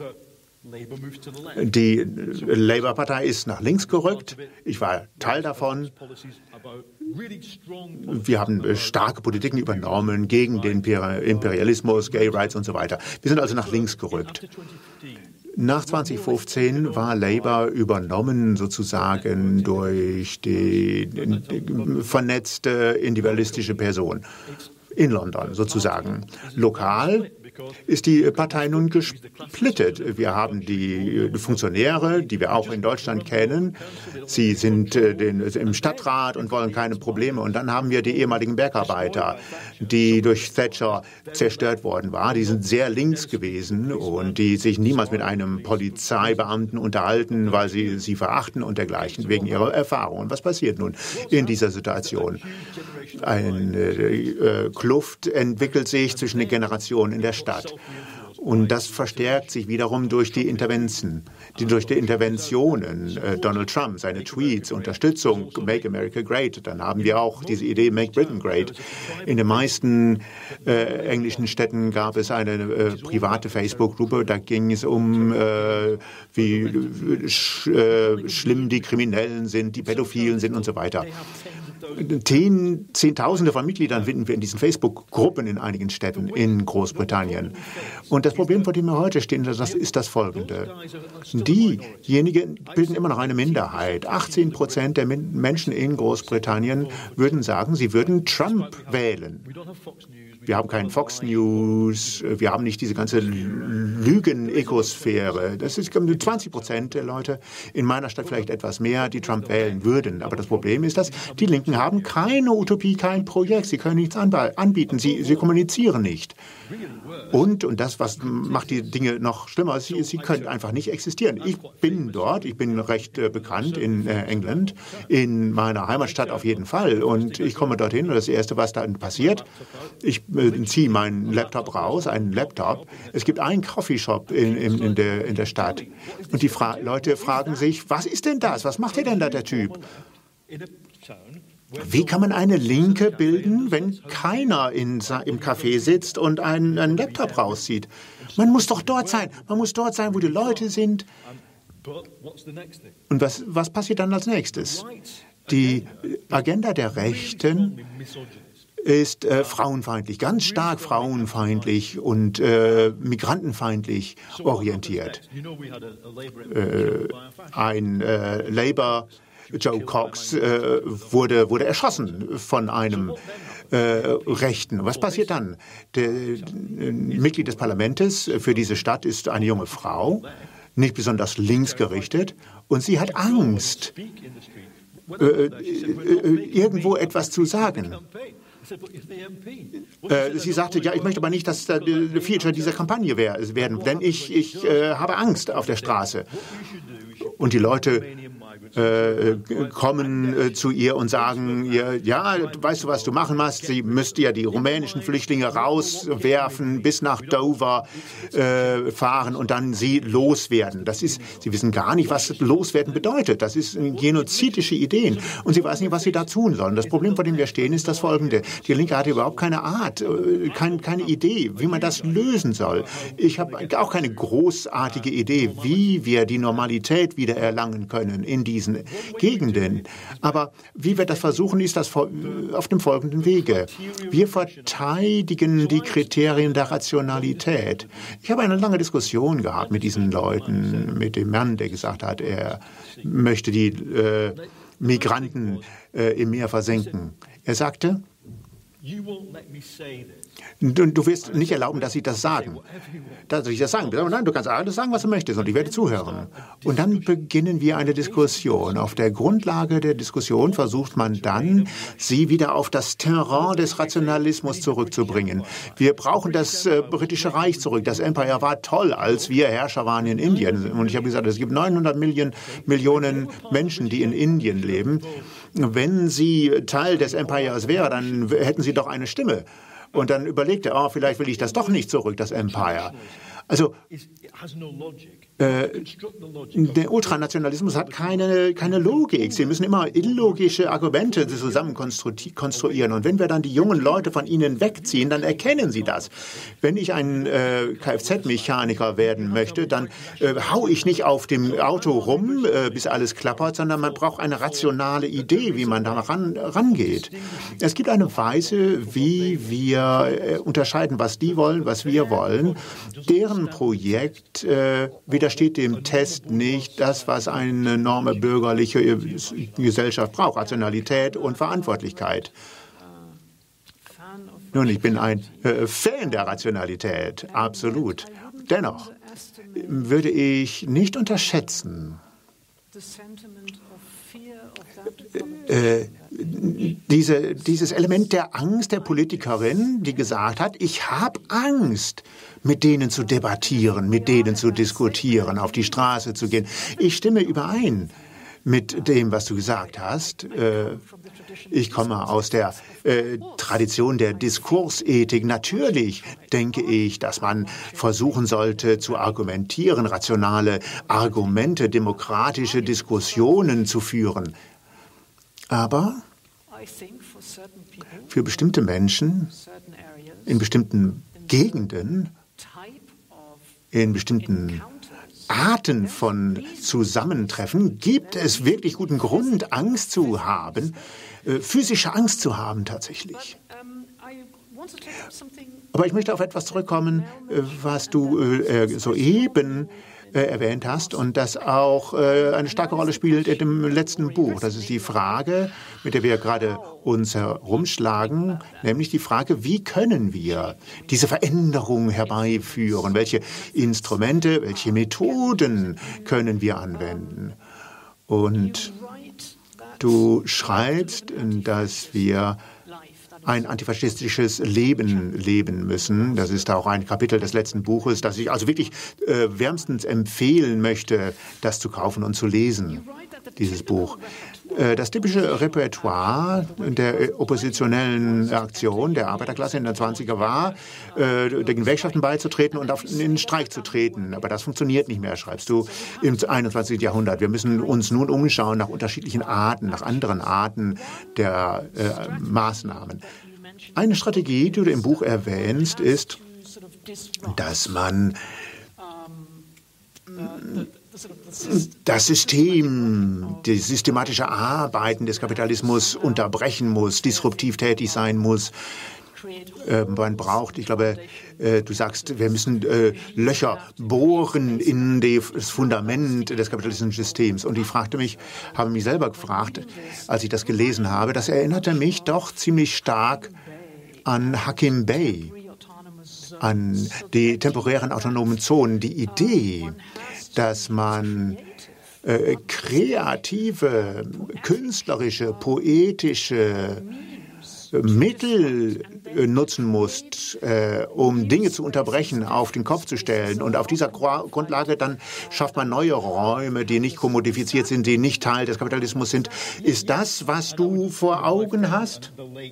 Speaker 5: Die Labour-Partei ist nach links gerückt. Ich war Teil davon. Wir haben starke Politiken übernommen gegen den Imperialismus, Gay Rights und so weiter. Wir sind also nach links gerückt. Nach 2015 war Labour übernommen sozusagen durch die vernetzte individualistische Person in London sozusagen. Lokal ist die Partei nun gesplittet. Wir haben die Funktionäre, die wir auch in Deutschland kennen. Sie sind im Stadtrat und wollen keine Probleme. Und dann haben wir die ehemaligen Bergarbeiter, die durch Thatcher zerstört worden waren. Die sind sehr links gewesen und die sich niemals mit einem Polizeibeamten unterhalten, weil sie verachten und dergleichen, wegen ihrer Erfahrungen. Was passiert nun in dieser Situation? Eine Kluft entwickelt sich zwischen den Generationen in der Stadt. Und das verstärkt sich wiederum durch die Interventionen. Donald Trump, seine Tweets, Unterstützung, Make America Great. Dann haben wir auch diese Idee, Make Britain Great. In den meisten englischen Städten gab es eine private Facebook-Gruppe. Da ging es um, wie schlimm die Kriminellen sind, die Pädophilen sind und so weiter. Zehntausende von Mitgliedern finden wir in diesen Facebook-Gruppen in einigen Städten in Großbritannien. Und das Problem, vor dem wir heute stehen, das ist das folgende. Diejenigen bilden immer noch eine Minderheit. 18% der Menschen in Großbritannien würden sagen, sie würden Trump wählen. Wir haben keinen Fox News, wir haben nicht diese ganze Lügen-Ökosphäre. Das ist 20% der Leute, in meiner Stadt vielleicht etwas mehr, die Trump wählen würden. Aber das Problem ist, dass die Linken haben keine Utopie, kein Projekt. Sie können nichts anbieten, sie kommunizieren nicht. Und das, was macht die Dinge noch schlimmer, sie können einfach nicht existieren. Ich bin dort, ich bin recht bekannt in England, in meiner Heimatstadt auf jeden Fall. Und ich komme dorthin und das Erste, was da passiert, ich ziehe meinen Laptop raus, einen Laptop. Es gibt einen Coffeeshop in der Stadt. Und die Leute fragen sich, was ist denn das? Was macht hier denn da der Typ? Wie kann man eine Linke bilden, wenn keiner im Café sitzt und einen Laptop rauszieht? Man muss doch dort sein. Man muss dort sein, wo die Leute sind. Und was passiert dann als nächstes? Die Agenda der Rechten ist frauenfeindlich, ganz stark frauenfeindlich und migrantenfeindlich orientiert. Ein Labour, Joe Cox, wurde erschossen von einem Rechten. Was passiert dann? Mitglied des Parlaments für diese Stadt ist eine junge Frau, nicht besonders links gerichtet, und sie hat Angst, irgendwo etwas zu sagen. Sie sagte, ja, ich möchte aber nicht, dass der Feature dieser Kampagne werden, denn ich habe Angst auf der Straße. Und die Leute kommen zu ihr und sagen ihr, ja, weißt du, was du machen musst? Sie müsst ja die rumänischen Flüchtlinge rauswerfen, bis nach Dover fahren und dann sie loswerden. Sie wissen gar nicht, was loswerden bedeutet. Das ist genozidische Ideen. Und sie weiß nicht, was sie da tun sollen. Das Problem, vor dem wir stehen, ist das folgende. Die Linke hat überhaupt keine Art, keine Idee, wie man das lösen soll. Ich habe auch keine großartige Idee, wie wir die Normalität wieder erlangen können in diesen Gegenden. Aber wie wir das versuchen, ist das auf dem folgenden Wege. Wir verteidigen die Kriterien der Rationalität. Ich habe eine lange Diskussion gehabt mit diesen Leuten, mit dem Mann, der gesagt hat, er möchte die Migranten im Meer versenken. Er sagte, du wirst nicht erlauben, dass sie das sagen. Dass ich das sagen. Nein, du kannst alles sagen, was du möchtest, und ich werde zuhören. Und dann beginnen wir eine Diskussion. Auf der Grundlage der Diskussion versucht man dann, sie wieder auf das Terrain des Rationalismus zurückzubringen. Wir brauchen das britische Reich zurück. Das Empire war toll, als wir Herrscher waren in Indien. Und ich habe gesagt, es gibt 900 Millionen Menschen, die in Indien leben. Wenn sie Teil des Empires wäre, dann hätten sie doch eine Stimme. Und dann überlegte er, vielleicht will ich das doch nicht zurück, das Empire. Also der Ultranationalismus hat keine Logik. Sie müssen immer illogische Argumente zusammen konstruieren. Und wenn wir dann die jungen Leute von ihnen wegziehen, dann erkennen sie das. Wenn ich ein Kfz-Mechaniker werden möchte, dann hau ich nicht auf dem Auto rum, bis alles klappert, sondern man braucht eine rationale Idee, wie man da rangeht. Es gibt eine Weise, wie wir unterscheiden, was die wollen, was wir wollen. Deren Projekt widersteht dem Test nicht, das, was eine enorme bürgerliche Gesellschaft braucht, Rationalität und Verantwortlichkeit. Nun, ich bin ein Fan der Rationalität, absolut. Dennoch würde ich nicht unterschätzen, dieses Element der Angst der Politikerin, die gesagt hat, ich habe Angst, mit denen zu debattieren, mit denen zu diskutieren, auf die Straße zu gehen. Ich stimme überein mit dem, was du gesagt hast. Ich komme aus der Tradition der Diskursethik. Natürlich denke ich, dass man versuchen sollte, zu argumentieren, rationale Argumente, demokratische Diskussionen zu führen. Aber für bestimmte Menschen in bestimmten Gegenden, in bestimmten Arten von Zusammentreffen gibt es wirklich guten Grund, Angst zu haben, physische Angst zu haben tatsächlich. Aber ich möchte auf etwas zurückkommen, was du soeben erwähnt hast und das auch eine starke Rolle spielt in dem letzten Buch. Das ist die Frage, mit der wir gerade uns herumschlagen, nämlich die Frage, wie können wir diese Veränderung herbeiführen? Welche Instrumente, welche Methoden können wir anwenden? Und du schreibst, dass wir ein antifaschistisches Leben leben müssen. Das ist auch ein Kapitel des letzten Buches, das ich also wirklich wärmstens empfehlen möchte, das zu kaufen und zu lesen, dieses Buch. Das typische Repertoire der oppositionellen Aktion der Arbeiterklasse in den 20er war, den Gewerkschaften beizutreten und in den Streik zu treten. Aber das funktioniert nicht mehr, schreibst du, im 21. Jahrhundert. Wir müssen uns nun umschauen nach unterschiedlichen Arten, nach anderen Arten der Maßnahmen. Eine Strategie, die du im Buch erwähnst, ist, dass man das System, das systematische Arbeiten des Kapitalismus unterbrechen muss, disruptiv tätig sein muss. Man braucht, ich glaube, du sagst, wir müssen Löcher bohren in das Fundament des kapitalistischen Systems. Und ich habe mich selber gefragt, als ich das gelesen habe, das erinnerte mich doch ziemlich stark an Hakim Bey, an die temporären autonomen Zonen. Die Idee, dass man kreative, künstlerische, poetische Mittel nutzen muss, um Dinge zu unterbrechen, auf den Kopf zu stellen. Und auf dieser Grundlage dann schafft man neue Räume, die nicht kommodifiziert sind, die nicht Teil des Kapitalismus sind. Ist das, was du vor Augen hast?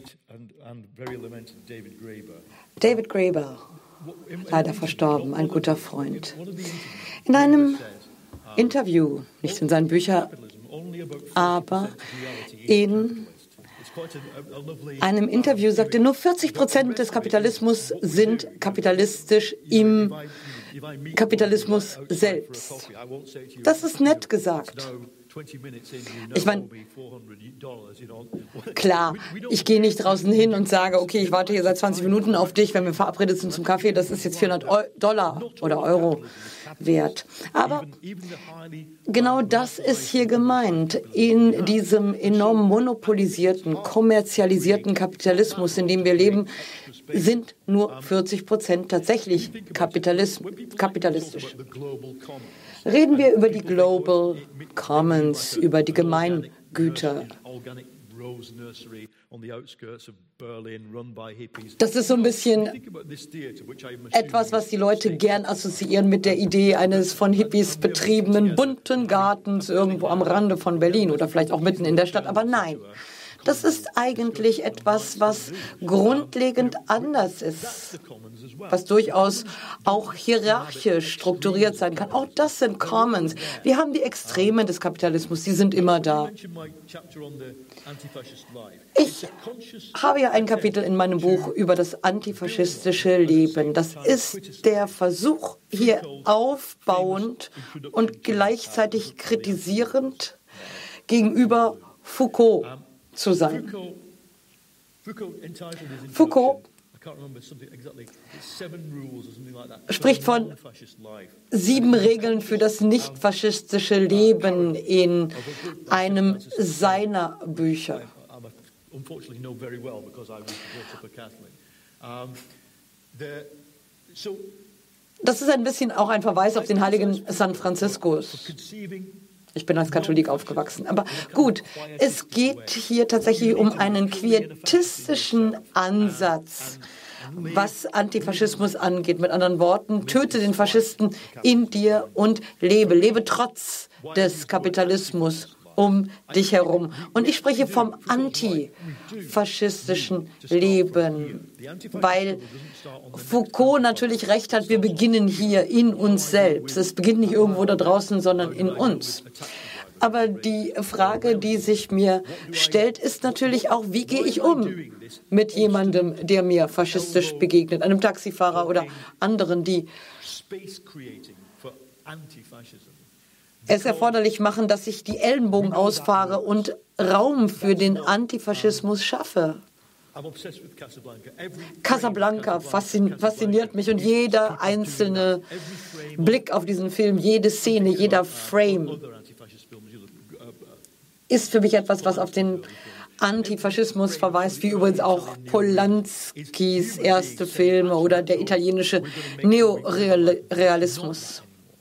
Speaker 4: David Graeber, leider verstorben, ein guter Freund. In einem Interview, nicht in seinen Büchern, aber in einem Interview sagte, nur 40% des Kapitalismus sind kapitalistisch im Kapitalismus selbst. Das ist nett gesagt. Ich meine, klar, ich gehe nicht draußen hin und sage, okay, ich warte hier seit 20 Minuten auf dich, wenn wir verabredet sind zum Kaffee, das ist jetzt $400 oder Euro wert. Aber genau das ist hier gemeint. In diesem enorm monopolisierten, kommerzialisierten Kapitalismus, in dem wir leben, sind nur 40% tatsächlich kapitalistisch. Reden wir über die Global Commons, über die Gemeingüter. Das ist so ein bisschen etwas, was die Leute gern assoziieren mit der Idee eines von Hippies betriebenen bunten Gartens irgendwo am Rande von Berlin oder vielleicht auch mitten in der Stadt. Aber nein, das ist eigentlich etwas, was grundlegend anders ist, was durchaus auch hierarchisch strukturiert sein kann. Auch das sind Commons. Wir haben die Extreme des Kapitalismus, die sind immer da. Ich habe ja ein Kapitel in meinem Buch über das antifaschistische Leben. Das ist der Versuch, hier aufbauend und gleichzeitig kritisierend gegenüber Foucault zu sein. Foucault spricht von 7 Regeln für das nicht-faschistische Leben in einem seiner Bücher. Das ist ein bisschen auch ein Verweis auf den heiligen San Franziskus. Ich bin als Katholik aufgewachsen. Aber gut, es geht hier tatsächlich um einen quietistischen Ansatz, was Antifaschismus angeht. Mit anderen Worten, töte den Faschisten in dir und lebe. Lebe trotz des Kapitalismus um dich herum. Und ich spreche vom antifaschistischen Leben, weil Foucault natürlich recht hat, wir beginnen hier in uns selbst. Es beginnt nicht irgendwo da draußen, sondern in uns. Aber die Frage, die sich mir stellt, ist natürlich auch, wie gehe ich um mit jemandem, der mir faschistisch begegnet, einem Taxifahrer oder anderen, die es erforderlich machen, dass ich die Ellenbogen ausfahre und Raum für den Antifaschismus schaffe. Casablanca fasziniert mich und jeder einzelne Blick auf diesen Film, jede Szene, jeder Frame ist für mich etwas, was auf den Antifaschismus verweist, wie übrigens auch Polanskis erste Filme oder der italienische Neorealismus.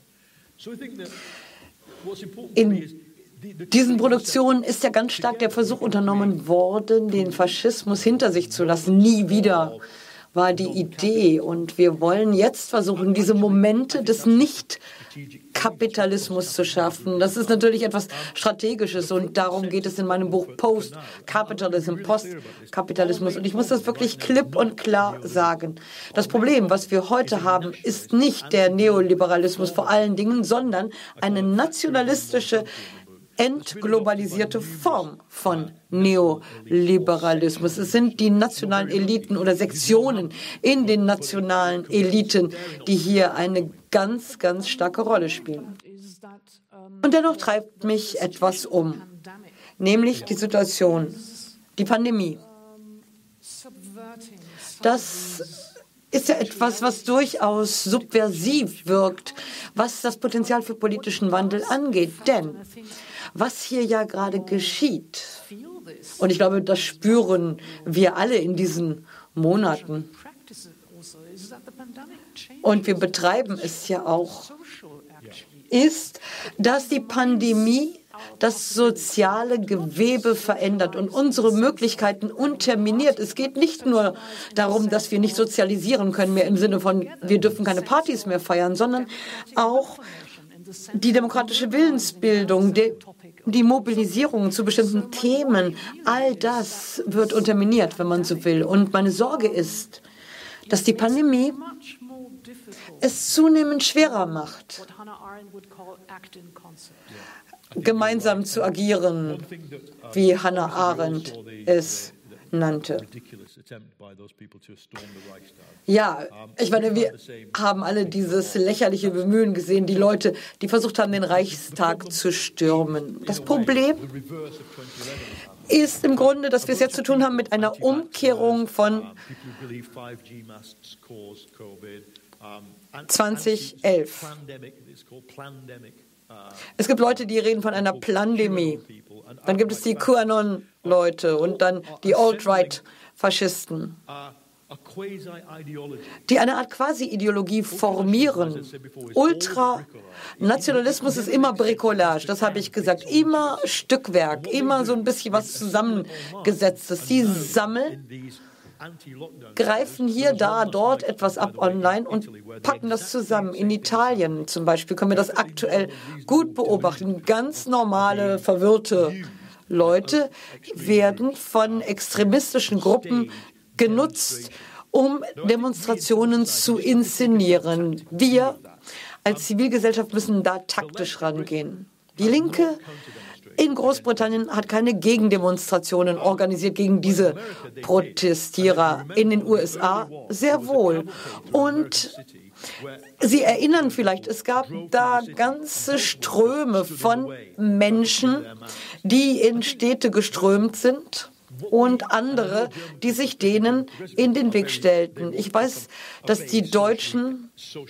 Speaker 4: In diesen Produktionen ist ja ganz stark der Versuch unternommen worden, den Faschismus hinter sich zu lassen. Nie wieder war die Idee. Und wir wollen jetzt versuchen, diese Momente des Nicht-Kapitalismus zu schaffen. Das ist natürlich etwas Strategisches und darum geht es in meinem Buch Post-Capitalism, Postkapitalismus. Und ich muss das wirklich klipp und klar sagen. Das Problem, was wir heute haben, ist nicht der Neoliberalismus vor allen Dingen, sondern eine nationalistische, entglobalisierte Form von Neoliberalismus. Es sind die nationalen Eliten oder Sektionen in den nationalen Eliten, die hier eine ganz, ganz starke Rolle spielen. Und dennoch treibt mich etwas um, nämlich die Situation, die Pandemie. Das ist ja etwas, was durchaus subversiv wirkt, was das Potenzial für politischen Wandel angeht. Denn was hier ja gerade geschieht, und ich glaube, das spüren wir alle in diesen Monaten, und wir betreiben es ja auch, ist, dass die Pandemie das soziale Gewebe verändert und unsere Möglichkeiten unterminiert. Es geht nicht nur darum, dass wir nicht sozialisieren können, mehr im Sinne von, wir dürfen keine Partys mehr feiern, sondern auch die demokratische Willensbildung, die Mobilisierung zu bestimmten Themen, all das wird unterminiert, wenn man so will. Und meine Sorge ist, dass die Pandemie es zunehmend schwerer macht, gemeinsam zu agieren, wie Hannah Arendt es nannte. Ja, ich meine, wir haben alle dieses lächerliche Bemühen gesehen, die Leute, die versucht haben, den Reichstag zu stürmen. Das Problem ist im Grunde, dass wir es jetzt zu tun haben mit einer Umkehrung von 2011. Es gibt Leute, die reden von einer Plandemie. Dann gibt es die QAnon-Leute und dann die Alt-Right-Faschisten, die eine Art Quasi-Ideologie formieren. Ultranationalismus ist immer Bricolage, das habe ich gesagt. Immer Stückwerk, immer so ein bisschen was Zusammengesetztes. Die sammeln, greifen hier, da, dort etwas ab online und packen das zusammen. In Italien zum Beispiel können wir das aktuell gut beobachten. Ganz normale, verwirrte Leute werden von extremistischen Gruppen genutzt, um Demonstrationen zu inszenieren. Wir als Zivilgesellschaft müssen da taktisch rangehen. Die Linke in Großbritannien hat keine Gegendemonstrationen organisiert gegen diese Protestierer. In den USA sehr wohl. Und Sie erinnern vielleicht, es gab da ganze Ströme von Menschen, die in Städte geströmt sind und andere, die sich denen in den Weg stellten. Ich weiß, dass die Deutschen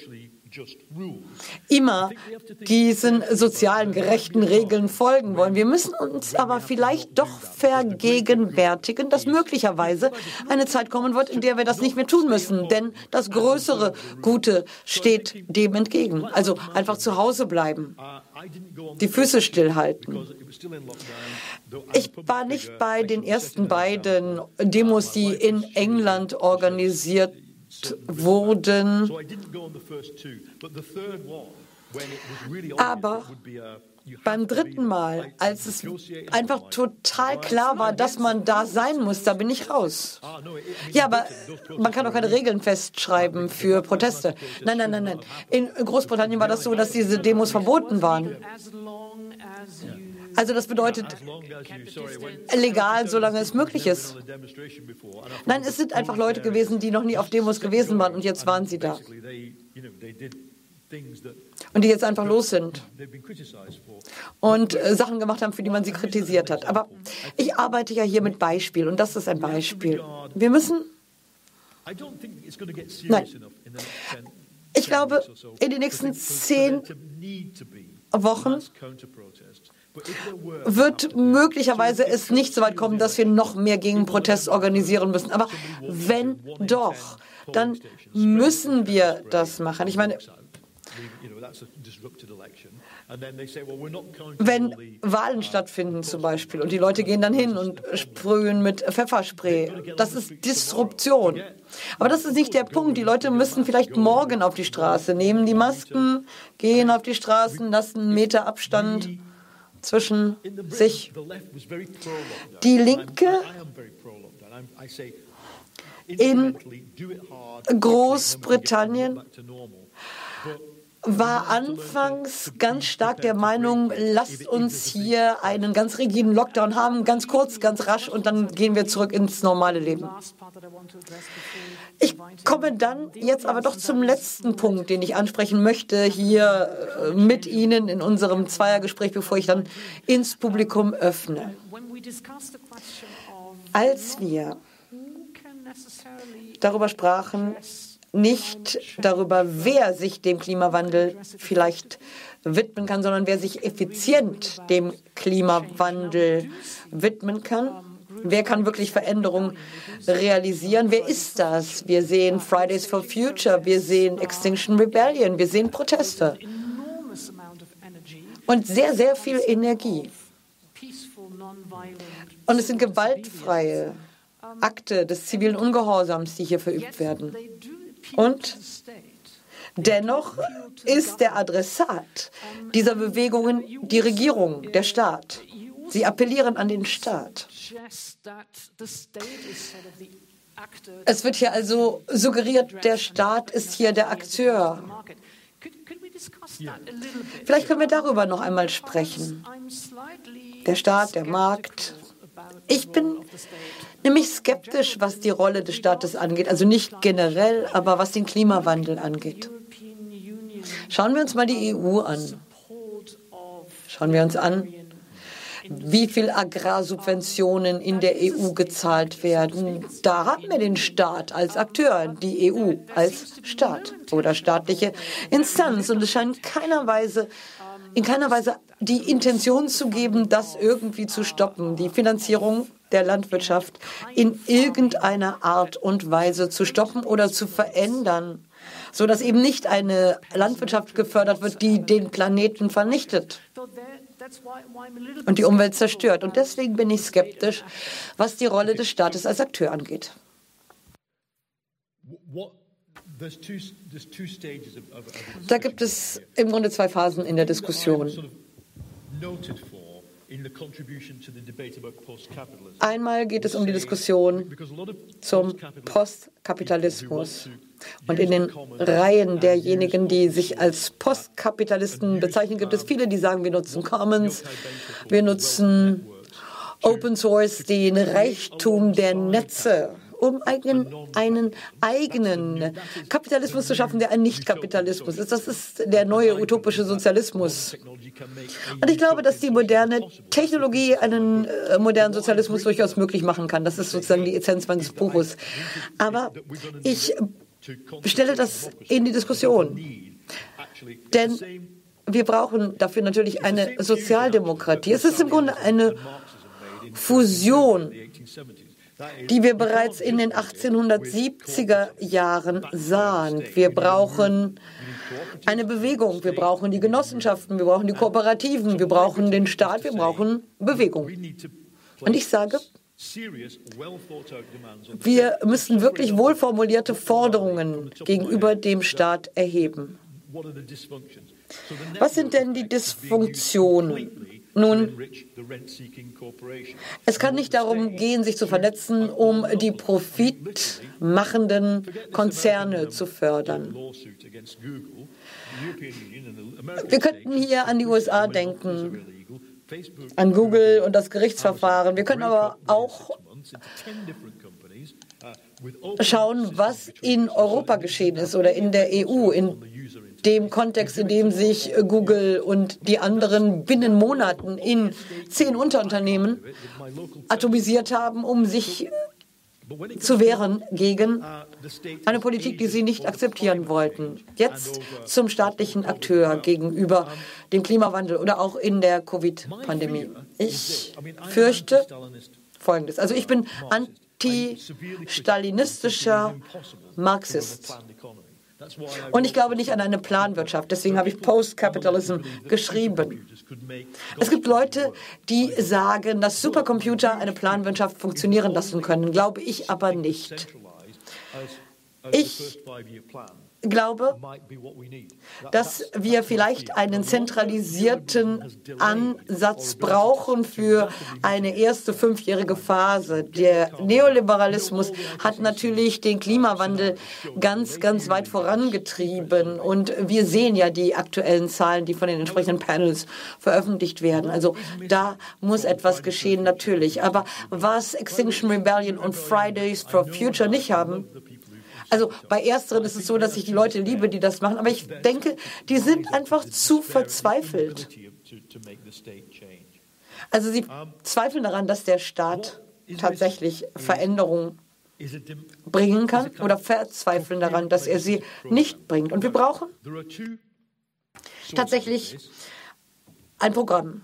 Speaker 4: immer diesen sozialen, gerechten Regeln folgen wollen. Wir müssen uns aber vielleicht doch vergegenwärtigen, dass möglicherweise eine Zeit kommen wird, in der wir das nicht mehr tun müssen, denn das größere Gute steht dem entgegen. Also einfach zu Hause bleiben, die Füße stillhalten. Ich war nicht bei den ersten beiden Demos, die in England organisiert wurden. Aber beim dritten Mal, als es einfach total klar war, dass man da sein muss, da bin ich raus. Ja, aber man kann doch keine Regeln festschreiben für Proteste. Nein. In Großbritannien war das so, dass diese Demos verboten waren. Also das bedeutet legal, solange es möglich ist. Nein, es sind einfach Leute gewesen, die noch nie auf Demos gewesen waren und jetzt waren sie da. Und die jetzt einfach los sind und Sachen gemacht haben, für die man sie kritisiert hat. Aber ich arbeite ja hier mit Beispiel und das ist ein Beispiel. Wir müssen... Nein. Ich glaube, in den nächsten 10 Wochen wird möglicherweise es nicht so weit kommen, dass wir noch mehr Gegenprotest organisieren müssen. Aber wenn doch, dann müssen wir das machen. Ich meine, wenn Wahlen stattfinden zum Beispiel und die Leute gehen dann hin und sprühen mit Pfefferspray, das ist Disruption. Aber das ist nicht der Punkt. Die Leute müssen vielleicht morgen auf die Straße, nehmen die Masken, gehen auf die Straßen, lassen einen Meter Abstand zwischen sich. Die Linke in Großbritannien war anfangs ganz stark der Meinung, lasst uns hier einen ganz rigiden Lockdown haben, ganz kurz, ganz rasch, und dann gehen wir zurück ins normale Leben. Ich komme dann jetzt aber doch zum letzten Punkt, den ich ansprechen möchte, hier mit Ihnen in unserem Zweiergespräch, bevor ich dann ins Publikum öffne. Als wir darüber sprachen, nicht darüber, wer sich dem Klimawandel vielleicht widmen kann, sondern wer sich effizient dem Klimawandel widmen kann. Wer kann wirklich Veränderungen realisieren? Wer ist das? Wir sehen Fridays for Future, wir sehen Extinction Rebellion, wir sehen Proteste. Und sehr, sehr viel Energie. Und es sind gewaltfreie Akte des zivilen Ungehorsams, die hier verübt werden. Und dennoch ist der Adressat dieser Bewegungen die Regierung, der Staat. Sie appellieren an den Staat. Es wird hier also suggeriert, der Staat ist hier der Akteur. Vielleicht können wir darüber noch einmal sprechen. Der Staat, der Markt. Ich bin nämlich skeptisch, was die Rolle des Staates angeht. Also nicht generell, aber was den Klimawandel angeht. Schauen wir uns mal die EU an. Schauen wir uns an, wie viel Agrarsubventionen in der EU gezahlt werden. Da haben wir den Staat als Akteur, die EU als Staat oder staatliche Instanz. Und es scheint in keiner Weise die Intention zu geben, das irgendwie zu stoppen, die Finanzierung der Landwirtschaft in irgendeiner Art und Weise zu stoppen oder zu verändern, sodass eben nicht eine Landwirtschaft gefördert wird, die den Planeten vernichtet und die Umwelt zerstört. Und deswegen bin ich skeptisch, was die Rolle des Staates als Akteur angeht. Da gibt es im Grunde zwei Phasen in der Diskussion. Einmal geht es um die Diskussion zum Postkapitalismus. Und in den Reihen derjenigen, die sich als Postkapitalisten bezeichnen, gibt es viele, die sagen, wir nutzen Commons, wir nutzen Open Source, den Reichtum der Netze, um einen eigenen Kapitalismus zu schaffen, der ein Nicht-Kapitalismus ist. Das ist der neue utopische Sozialismus. Und ich glaube, dass die moderne Technologie einen modernen Sozialismus durchaus möglich machen kann. Das ist sozusagen die Essenz meines Buches. Aber ich stelle das in die Diskussion. Denn wir brauchen dafür natürlich eine Sozialdemokratie. Es ist im Grunde eine Fusion, die wir bereits in den 1870er Jahren sahen. Wir brauchen eine Bewegung, wir brauchen die Genossenschaften, wir brauchen die Kooperativen, wir brauchen den Staat, wir brauchen Bewegung. Und ich sage, wir müssen wirklich wohlformulierte Forderungen gegenüber dem Staat erheben. Was sind denn die Dysfunktionen? Nun, es kann nicht darum gehen, sich zu vernetzen, um die profitmachenden Konzerne zu fördern. Wir könnten hier an die USA denken, an Google und das Gerichtsverfahren. Wir können aber auch schauen, was in Europa geschehen ist oder in der EU, in dem Kontext, in dem sich Google und die anderen binnen Monaten in 10 Unterunternehmen atomisiert haben, um sich zu wehren gegen eine Politik, die sie nicht akzeptieren wollten. Jetzt zum staatlichen Akteur gegenüber dem Klimawandel oder auch in der Covid-Pandemie. Ich fürchte Folgendes. Also ich bin anti-stalinistischer Marxist. Und ich glaube nicht an eine Planwirtschaft. Deswegen habe ich Post-Capitalism geschrieben. Es gibt Leute, die sagen, dass Supercomputer eine Planwirtschaft funktionieren lassen können. Glaube ich aber nicht. Ich glaube, dass wir vielleicht einen zentralisierten Ansatz brauchen für eine erste 5-jährige Phase. Der Neoliberalismus hat natürlich den Klimawandel ganz, ganz weit vorangetrieben. Und wir sehen ja die aktuellen Zahlen, die von den entsprechenden Panels veröffentlicht werden. Also da muss etwas geschehen, natürlich. Aber was Extinction Rebellion und Fridays for Future nicht haben, also bei Ersteren ist es so, dass ich die Leute liebe, die das machen, aber ich denke, die sind einfach zu verzweifelt. Also sie zweifeln daran, dass der Staat tatsächlich Veränderungen bringen kann oder verzweifeln daran, dass er sie nicht bringt. Und wir brauchen tatsächlich ein Programm.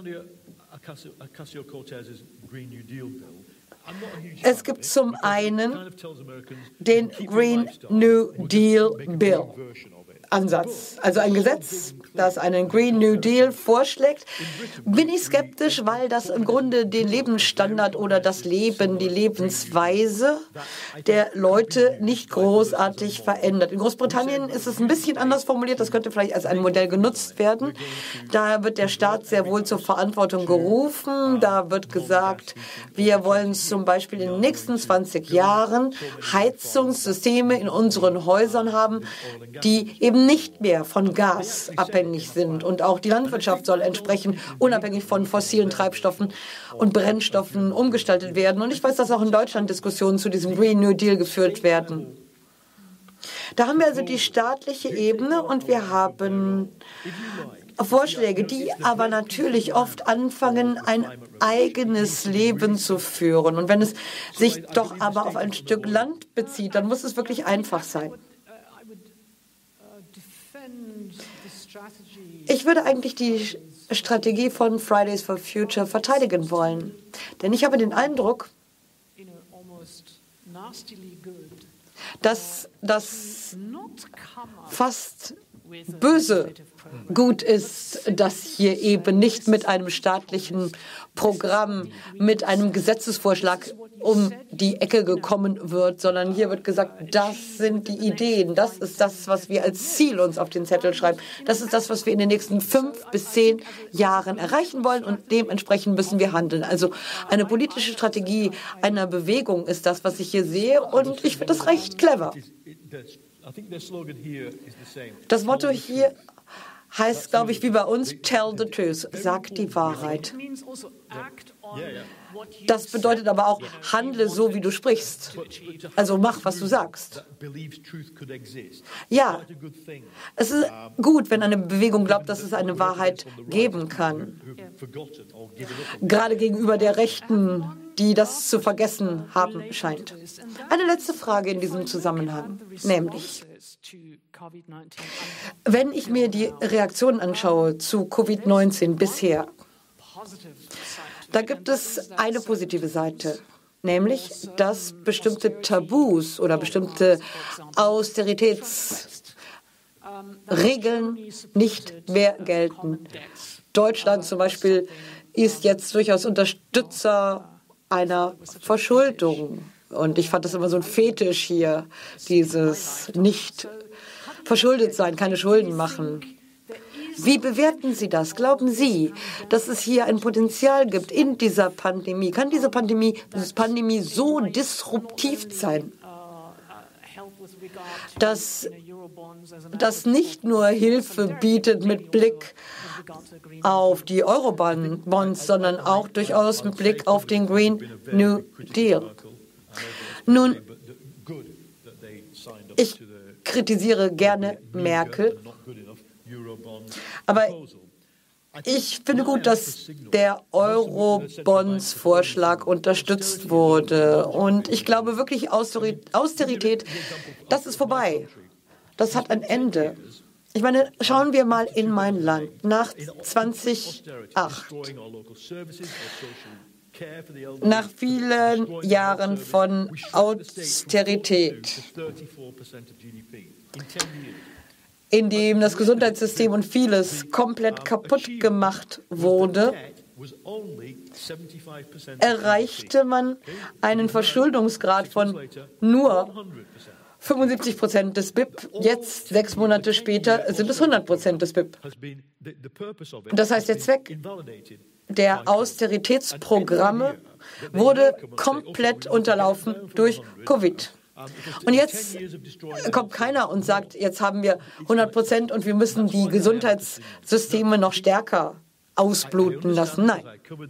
Speaker 4: Es gibt zum einen den Green New Deal Bill Ansatz, also ein Gesetz, das einen Green New Deal vorschlägt. Bin ich skeptisch, weil das im Grunde den Lebensstandard oder das Leben, die Lebensweise der Leute nicht großartig verändert. In Großbritannien ist es ein bisschen anders formuliert, das könnte vielleicht als ein Modell genutzt werden. Da wird der Staat sehr wohl zur Verantwortung gerufen. Da wird gesagt, wir wollen zum Beispiel in den nächsten 20 Jahren Heizungssysteme in unseren Häusern haben, die eben nicht mehr von Gas abhängig sind. Und auch die Landwirtschaft soll entsprechend unabhängig von fossilen Treibstoffen und Brennstoffen umgestaltet werden. Und ich weiß, dass auch in Deutschland Diskussionen zu diesem Green New Deal geführt werden. Da haben wir also die staatliche Ebene und wir haben Vorschläge, die aber natürlich oft anfangen, ein eigenes Leben zu führen. Und wenn es sich doch aber auf ein Stück Land bezieht, dann muss es wirklich einfach sein. Ich würde eigentlich die Strategie von Fridays for Future verteidigen wollen. Denn ich habe den Eindruck, dass das fast böse gut ist, dass hier eben nicht mit einem staatlichen Programm, mit einem Gesetzesvorschlag um die Ecke gekommen wird, sondern hier wird gesagt, das sind die Ideen, das ist das, was wir als Ziel uns auf den Zettel schreiben, das ist das, was wir in den nächsten 5 bis 10 Jahren erreichen wollen und dementsprechend müssen wir handeln. Also eine politische Strategie einer Bewegung ist das, was ich hier sehe und ich finde das recht clever. Das Motto hier heißt, glaube ich, wie bei uns, tell the truth, sag die Wahrheit. Das bedeutet aber auch, handle so, wie du sprichst. Also mach, was du sagst. Ja, es ist gut, wenn eine Bewegung glaubt, dass es eine Wahrheit geben kann. Gerade gegenüber der Rechten, die das zu vergessen haben scheint. Eine letzte Frage in diesem Zusammenhang, nämlich, wenn ich mir die Reaktionen anschaue zu Covid-19 bisher, da gibt es eine positive Seite, nämlich, dass bestimmte Tabus oder bestimmte Austeritätsregeln nicht mehr gelten. Deutschland zum Beispiel ist jetzt durchaus Unterstützer einer Verschuldung. Und ich fand das immer so ein Fetisch hier, dieses nicht verschuldet sein, keine Schulden machen. Wie bewerten Sie das? Glauben Sie, dass es hier ein Potenzial gibt in dieser Pandemie? Kann diese Pandemie so disruptiv sein, dass das nicht nur Hilfe bietet mit Blick auf die Eurobonds, sondern auch durchaus mit Blick auf den Green New Deal? Nun, ich kritisiere gerne Merkel, aber ich finde gut, dass der Eurobonds-Vorschlag unterstützt wurde. Und ich glaube wirklich, Austerität, das ist vorbei. Das hat ein Ende. Ich meine, schauen wir mal in mein Land. Nach 2008, nach vielen Jahren von Austerität, in dem das Gesundheitssystem und vieles komplett kaputt gemacht wurde, erreichte man einen Verschuldungsgrad von nur 75% des BIP. Jetzt, 6 Monate später, sind es 100% des BIP. Das heißt, der Zweck der Austeritätsprogramme wurde komplett unterlaufen durch Covid. Und jetzt kommt keiner und sagt, jetzt haben wir 100% und wir müssen die Gesundheitssysteme noch stärker ausbluten lassen. Nein.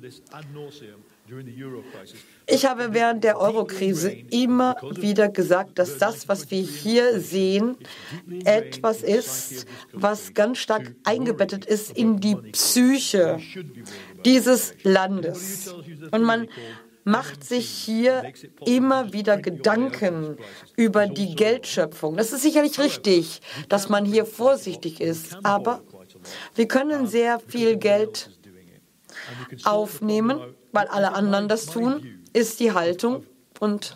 Speaker 4: Ich habe während der Euro-Krise immer wieder gesagt, dass das, was wir hier sehen, etwas ist, was ganz stark eingebettet ist in die Psyche dieses Landes. Und man macht sich hier immer wieder Gedanken über die Geldschöpfung. Das ist sicherlich richtig, dass man hier vorsichtig ist, aber wir können sehr viel Geld aufnehmen, weil alle anderen das tun, ist die Haltung und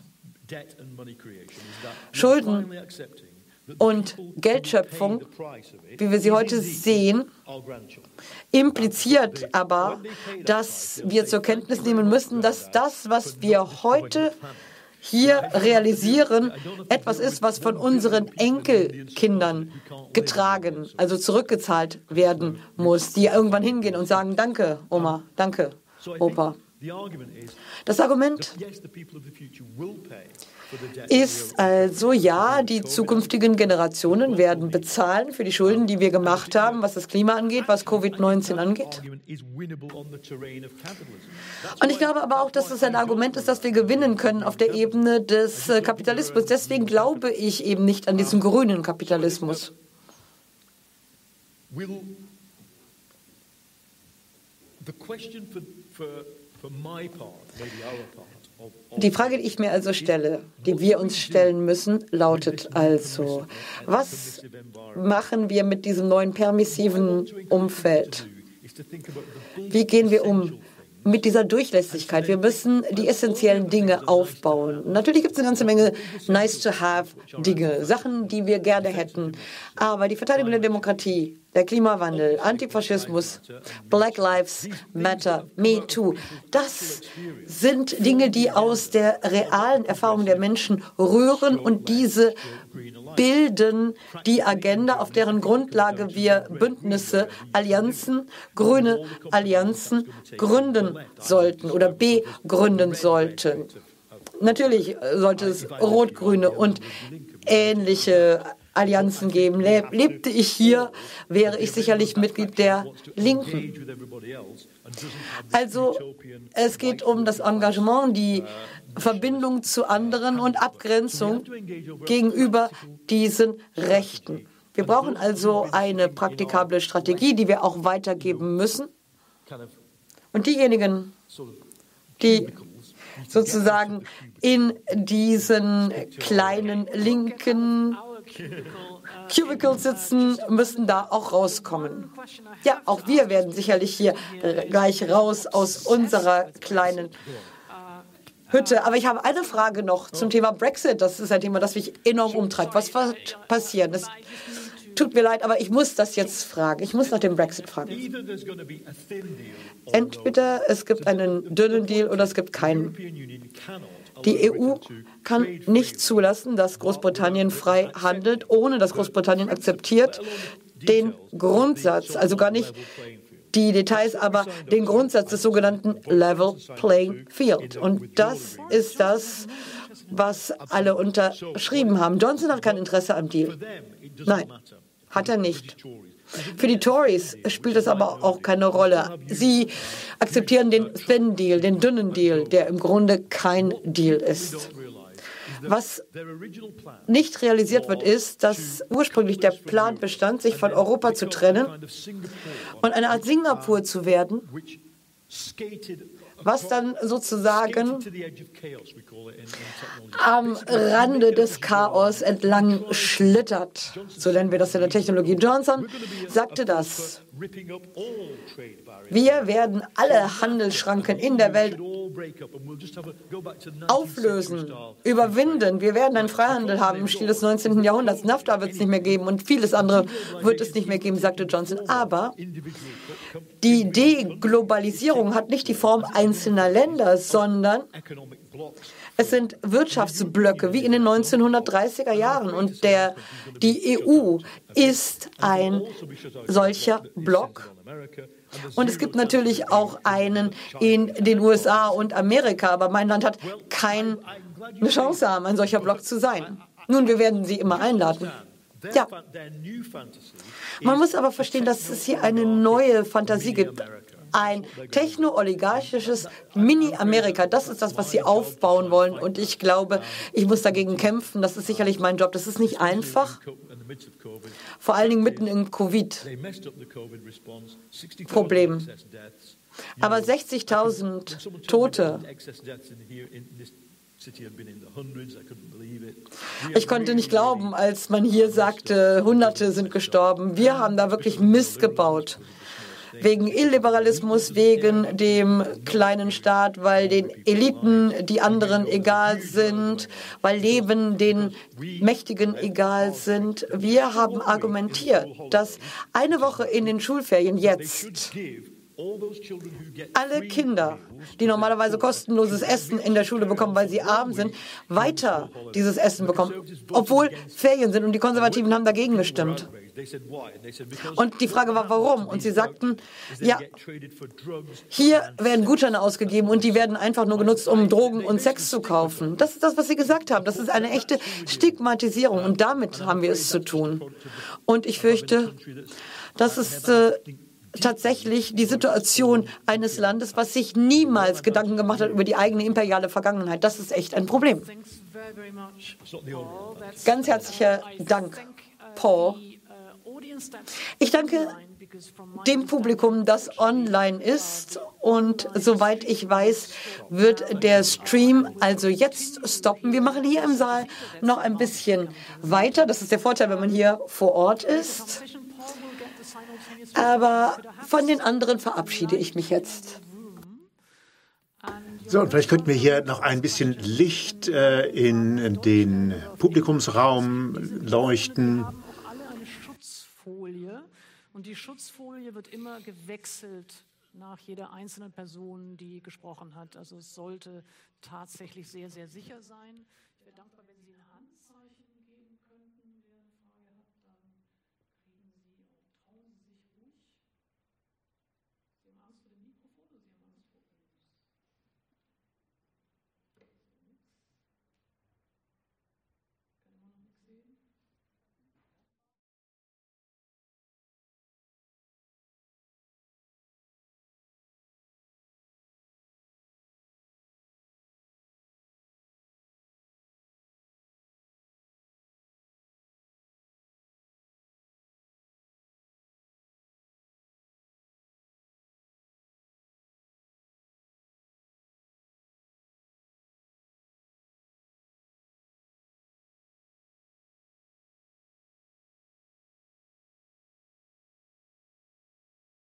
Speaker 4: Schulden und Geldschöpfung, wie wir sie heute sehen, impliziert aber, dass wir zur Kenntnis nehmen müssen, dass das, was wir heute hier realisieren, etwas ist, was von unseren Enkelkindern getragen, also zurückgezahlt werden muss, die irgendwann hingehen und sagen, danke, Oma, danke, Opa. Das Argument ist also, ja, die zukünftigen Generationen werden bezahlen für die Schulden, die wir gemacht haben, was das Klima angeht, was Covid-19 angeht. Und ich glaube aber auch, dass es ein Argument ist, das wir gewinnen können auf der Ebene des Kapitalismus. Deswegen glaube ich eben nicht an diesen grünen Kapitalismus. Die Frage, die ich mir also stelle, die wir uns stellen müssen, lautet also, was machen wir mit diesem neuen permissiven Umfeld? Wie gehen wir um mit dieser Durchlässigkeit? Wir müssen die essentiellen Dinge aufbauen. Natürlich gibt es eine ganze Menge nice-to-have-Dinge, Sachen, die wir gerne hätten. Aber die Verteidigung der Demokratie, der Klimawandel, Antifaschismus, Black Lives Matter, Me Too, das sind Dinge, die aus der realen Erfahrung der Menschen rühren und diese bilden die Agenda, auf deren Grundlage wir Bündnisse, Allianzen, grüne Allianzen gründen sollten oder begründen sollten. Natürlich sollte es rot-grüne und ähnliche Allianzen geben. Lebte ich hier, wäre ich sicherlich Mitglied der Linken. Also es geht um das Engagement, die Verbindung zu anderen und Abgrenzung gegenüber diesen Rechten. Wir brauchen also eine praktikable Strategie, die wir auch weitergeben müssen. Und diejenigen, die sozusagen in diesen kleinen linken Cubicles sitzen, müssen da auch rauskommen. Ja, auch wir werden sicherlich hier gleich raus aus unserer kleinen Hütte. Aber ich habe eine Frage noch zum Thema Brexit. Das ist ein Thema, das mich enorm umtreibt. Was wird passieren? Es tut mir leid, aber ich muss das jetzt fragen. Ich muss nach dem Brexit fragen. Entweder es gibt einen dünnen Deal oder es gibt keinen. Die EU kann nicht zulassen, dass Großbritannien frei handelt, ohne dass Großbritannien akzeptiert den Grundsatz, also gar nicht die Details, aber den Grundsatz des sogenannten Level Playing Field. Und das ist das, was alle unterschrieben haben. Johnson hat kein Interesse am Deal. Nein, hat er nicht. Für die Tories spielt das aber auch keine Rolle. Sie akzeptieren den Thin Deal, den dünnen Deal, der im Grunde kein Deal ist. Was nicht realisiert wird, ist, dass ursprünglich der Plan bestand, sich von Europa zu trennen und eine Art Singapur zu werden, was dann sozusagen am Rande des Chaos entlang schlittert. So nennen wir das in der Technologie. Johnson sagte das. Wir werden alle Handelsschranken in der Welt auflösen, überwinden. Wir werden einen Freihandel haben im Stil des 19. Jahrhunderts. NAFTA wird es nicht mehr geben und vieles andere wird es nicht mehr geben, sagte Johnson. Aber die Deglobalisierung hat nicht die Form einzelner Länder, sondern Es sind Wirtschaftsblöcke wie in den 1930er Jahren und die EU ist ein solcher Block. Und es gibt natürlich auch einen in den USA und Amerika, aber mein Land hat keine Chance haben, ein solcher Block zu sein. Nun, wir werden Sie immer einladen. Ja. Man muss aber verstehen, dass es hier eine neue Fantasie gibt. Ein techno-oligarchisches Mini-Amerika, das ist das, was sie aufbauen wollen. Und ich glaube, ich muss dagegen kämpfen. Das ist sicherlich mein Job. Das ist nicht einfach. Vor allen Dingen mitten im Covid-Problem. Aber 60.000 Tote. Ich konnte nicht glauben, als man hier sagte, Hunderte sind gestorben. Wir haben da wirklich Mist gebaut. Wegen Illiberalismus, wegen dem kleinen Staat, weil den Eliten die anderen egal sind, weil Leben den Mächtigen egal sind. Wir haben argumentiert, dass eine Woche in den Schulferien jetzt alle Kinder, die normalerweise kostenloses Essen in der Schule bekommen, weil sie arm sind, weiter dieses Essen bekommen, obwohl Ferien sind. Und die Konservativen haben dagegen gestimmt. Und die Frage war, warum? Und sie sagten, ja, hier werden Gutscheine ausgegeben und die werden einfach nur genutzt, um Drogen und Sex zu kaufen. Das ist das, was sie gesagt haben. Das ist eine echte Stigmatisierung und damit haben wir es zu tun. Und ich fürchte, das ist tatsächlich die Situation eines Landes, was sich niemals Gedanken gemacht hat über die eigene imperiale Vergangenheit. Das ist echt ein Problem. Ganz herzlicher Dank, Paul. Ich danke dem Publikum, das online ist. Und soweit ich weiß, wird der Stream also jetzt stoppen. Wir machen hier im Saal noch ein bisschen weiter. Das ist der Vorteil, wenn man hier vor Ort ist. Aber von den anderen verabschiede ich mich jetzt.
Speaker 5: So, und vielleicht könnten wir hier noch ein bisschen Licht in den Publikumsraum leuchten.
Speaker 2: Wir haben auch alle eine Schutzfolie und die Schutzfolie wird immer gewechselt nach jeder einzelnen Person, die gesprochen hat. Also es sollte tatsächlich sehr, sehr sicher sein. Ich wäre dankbar,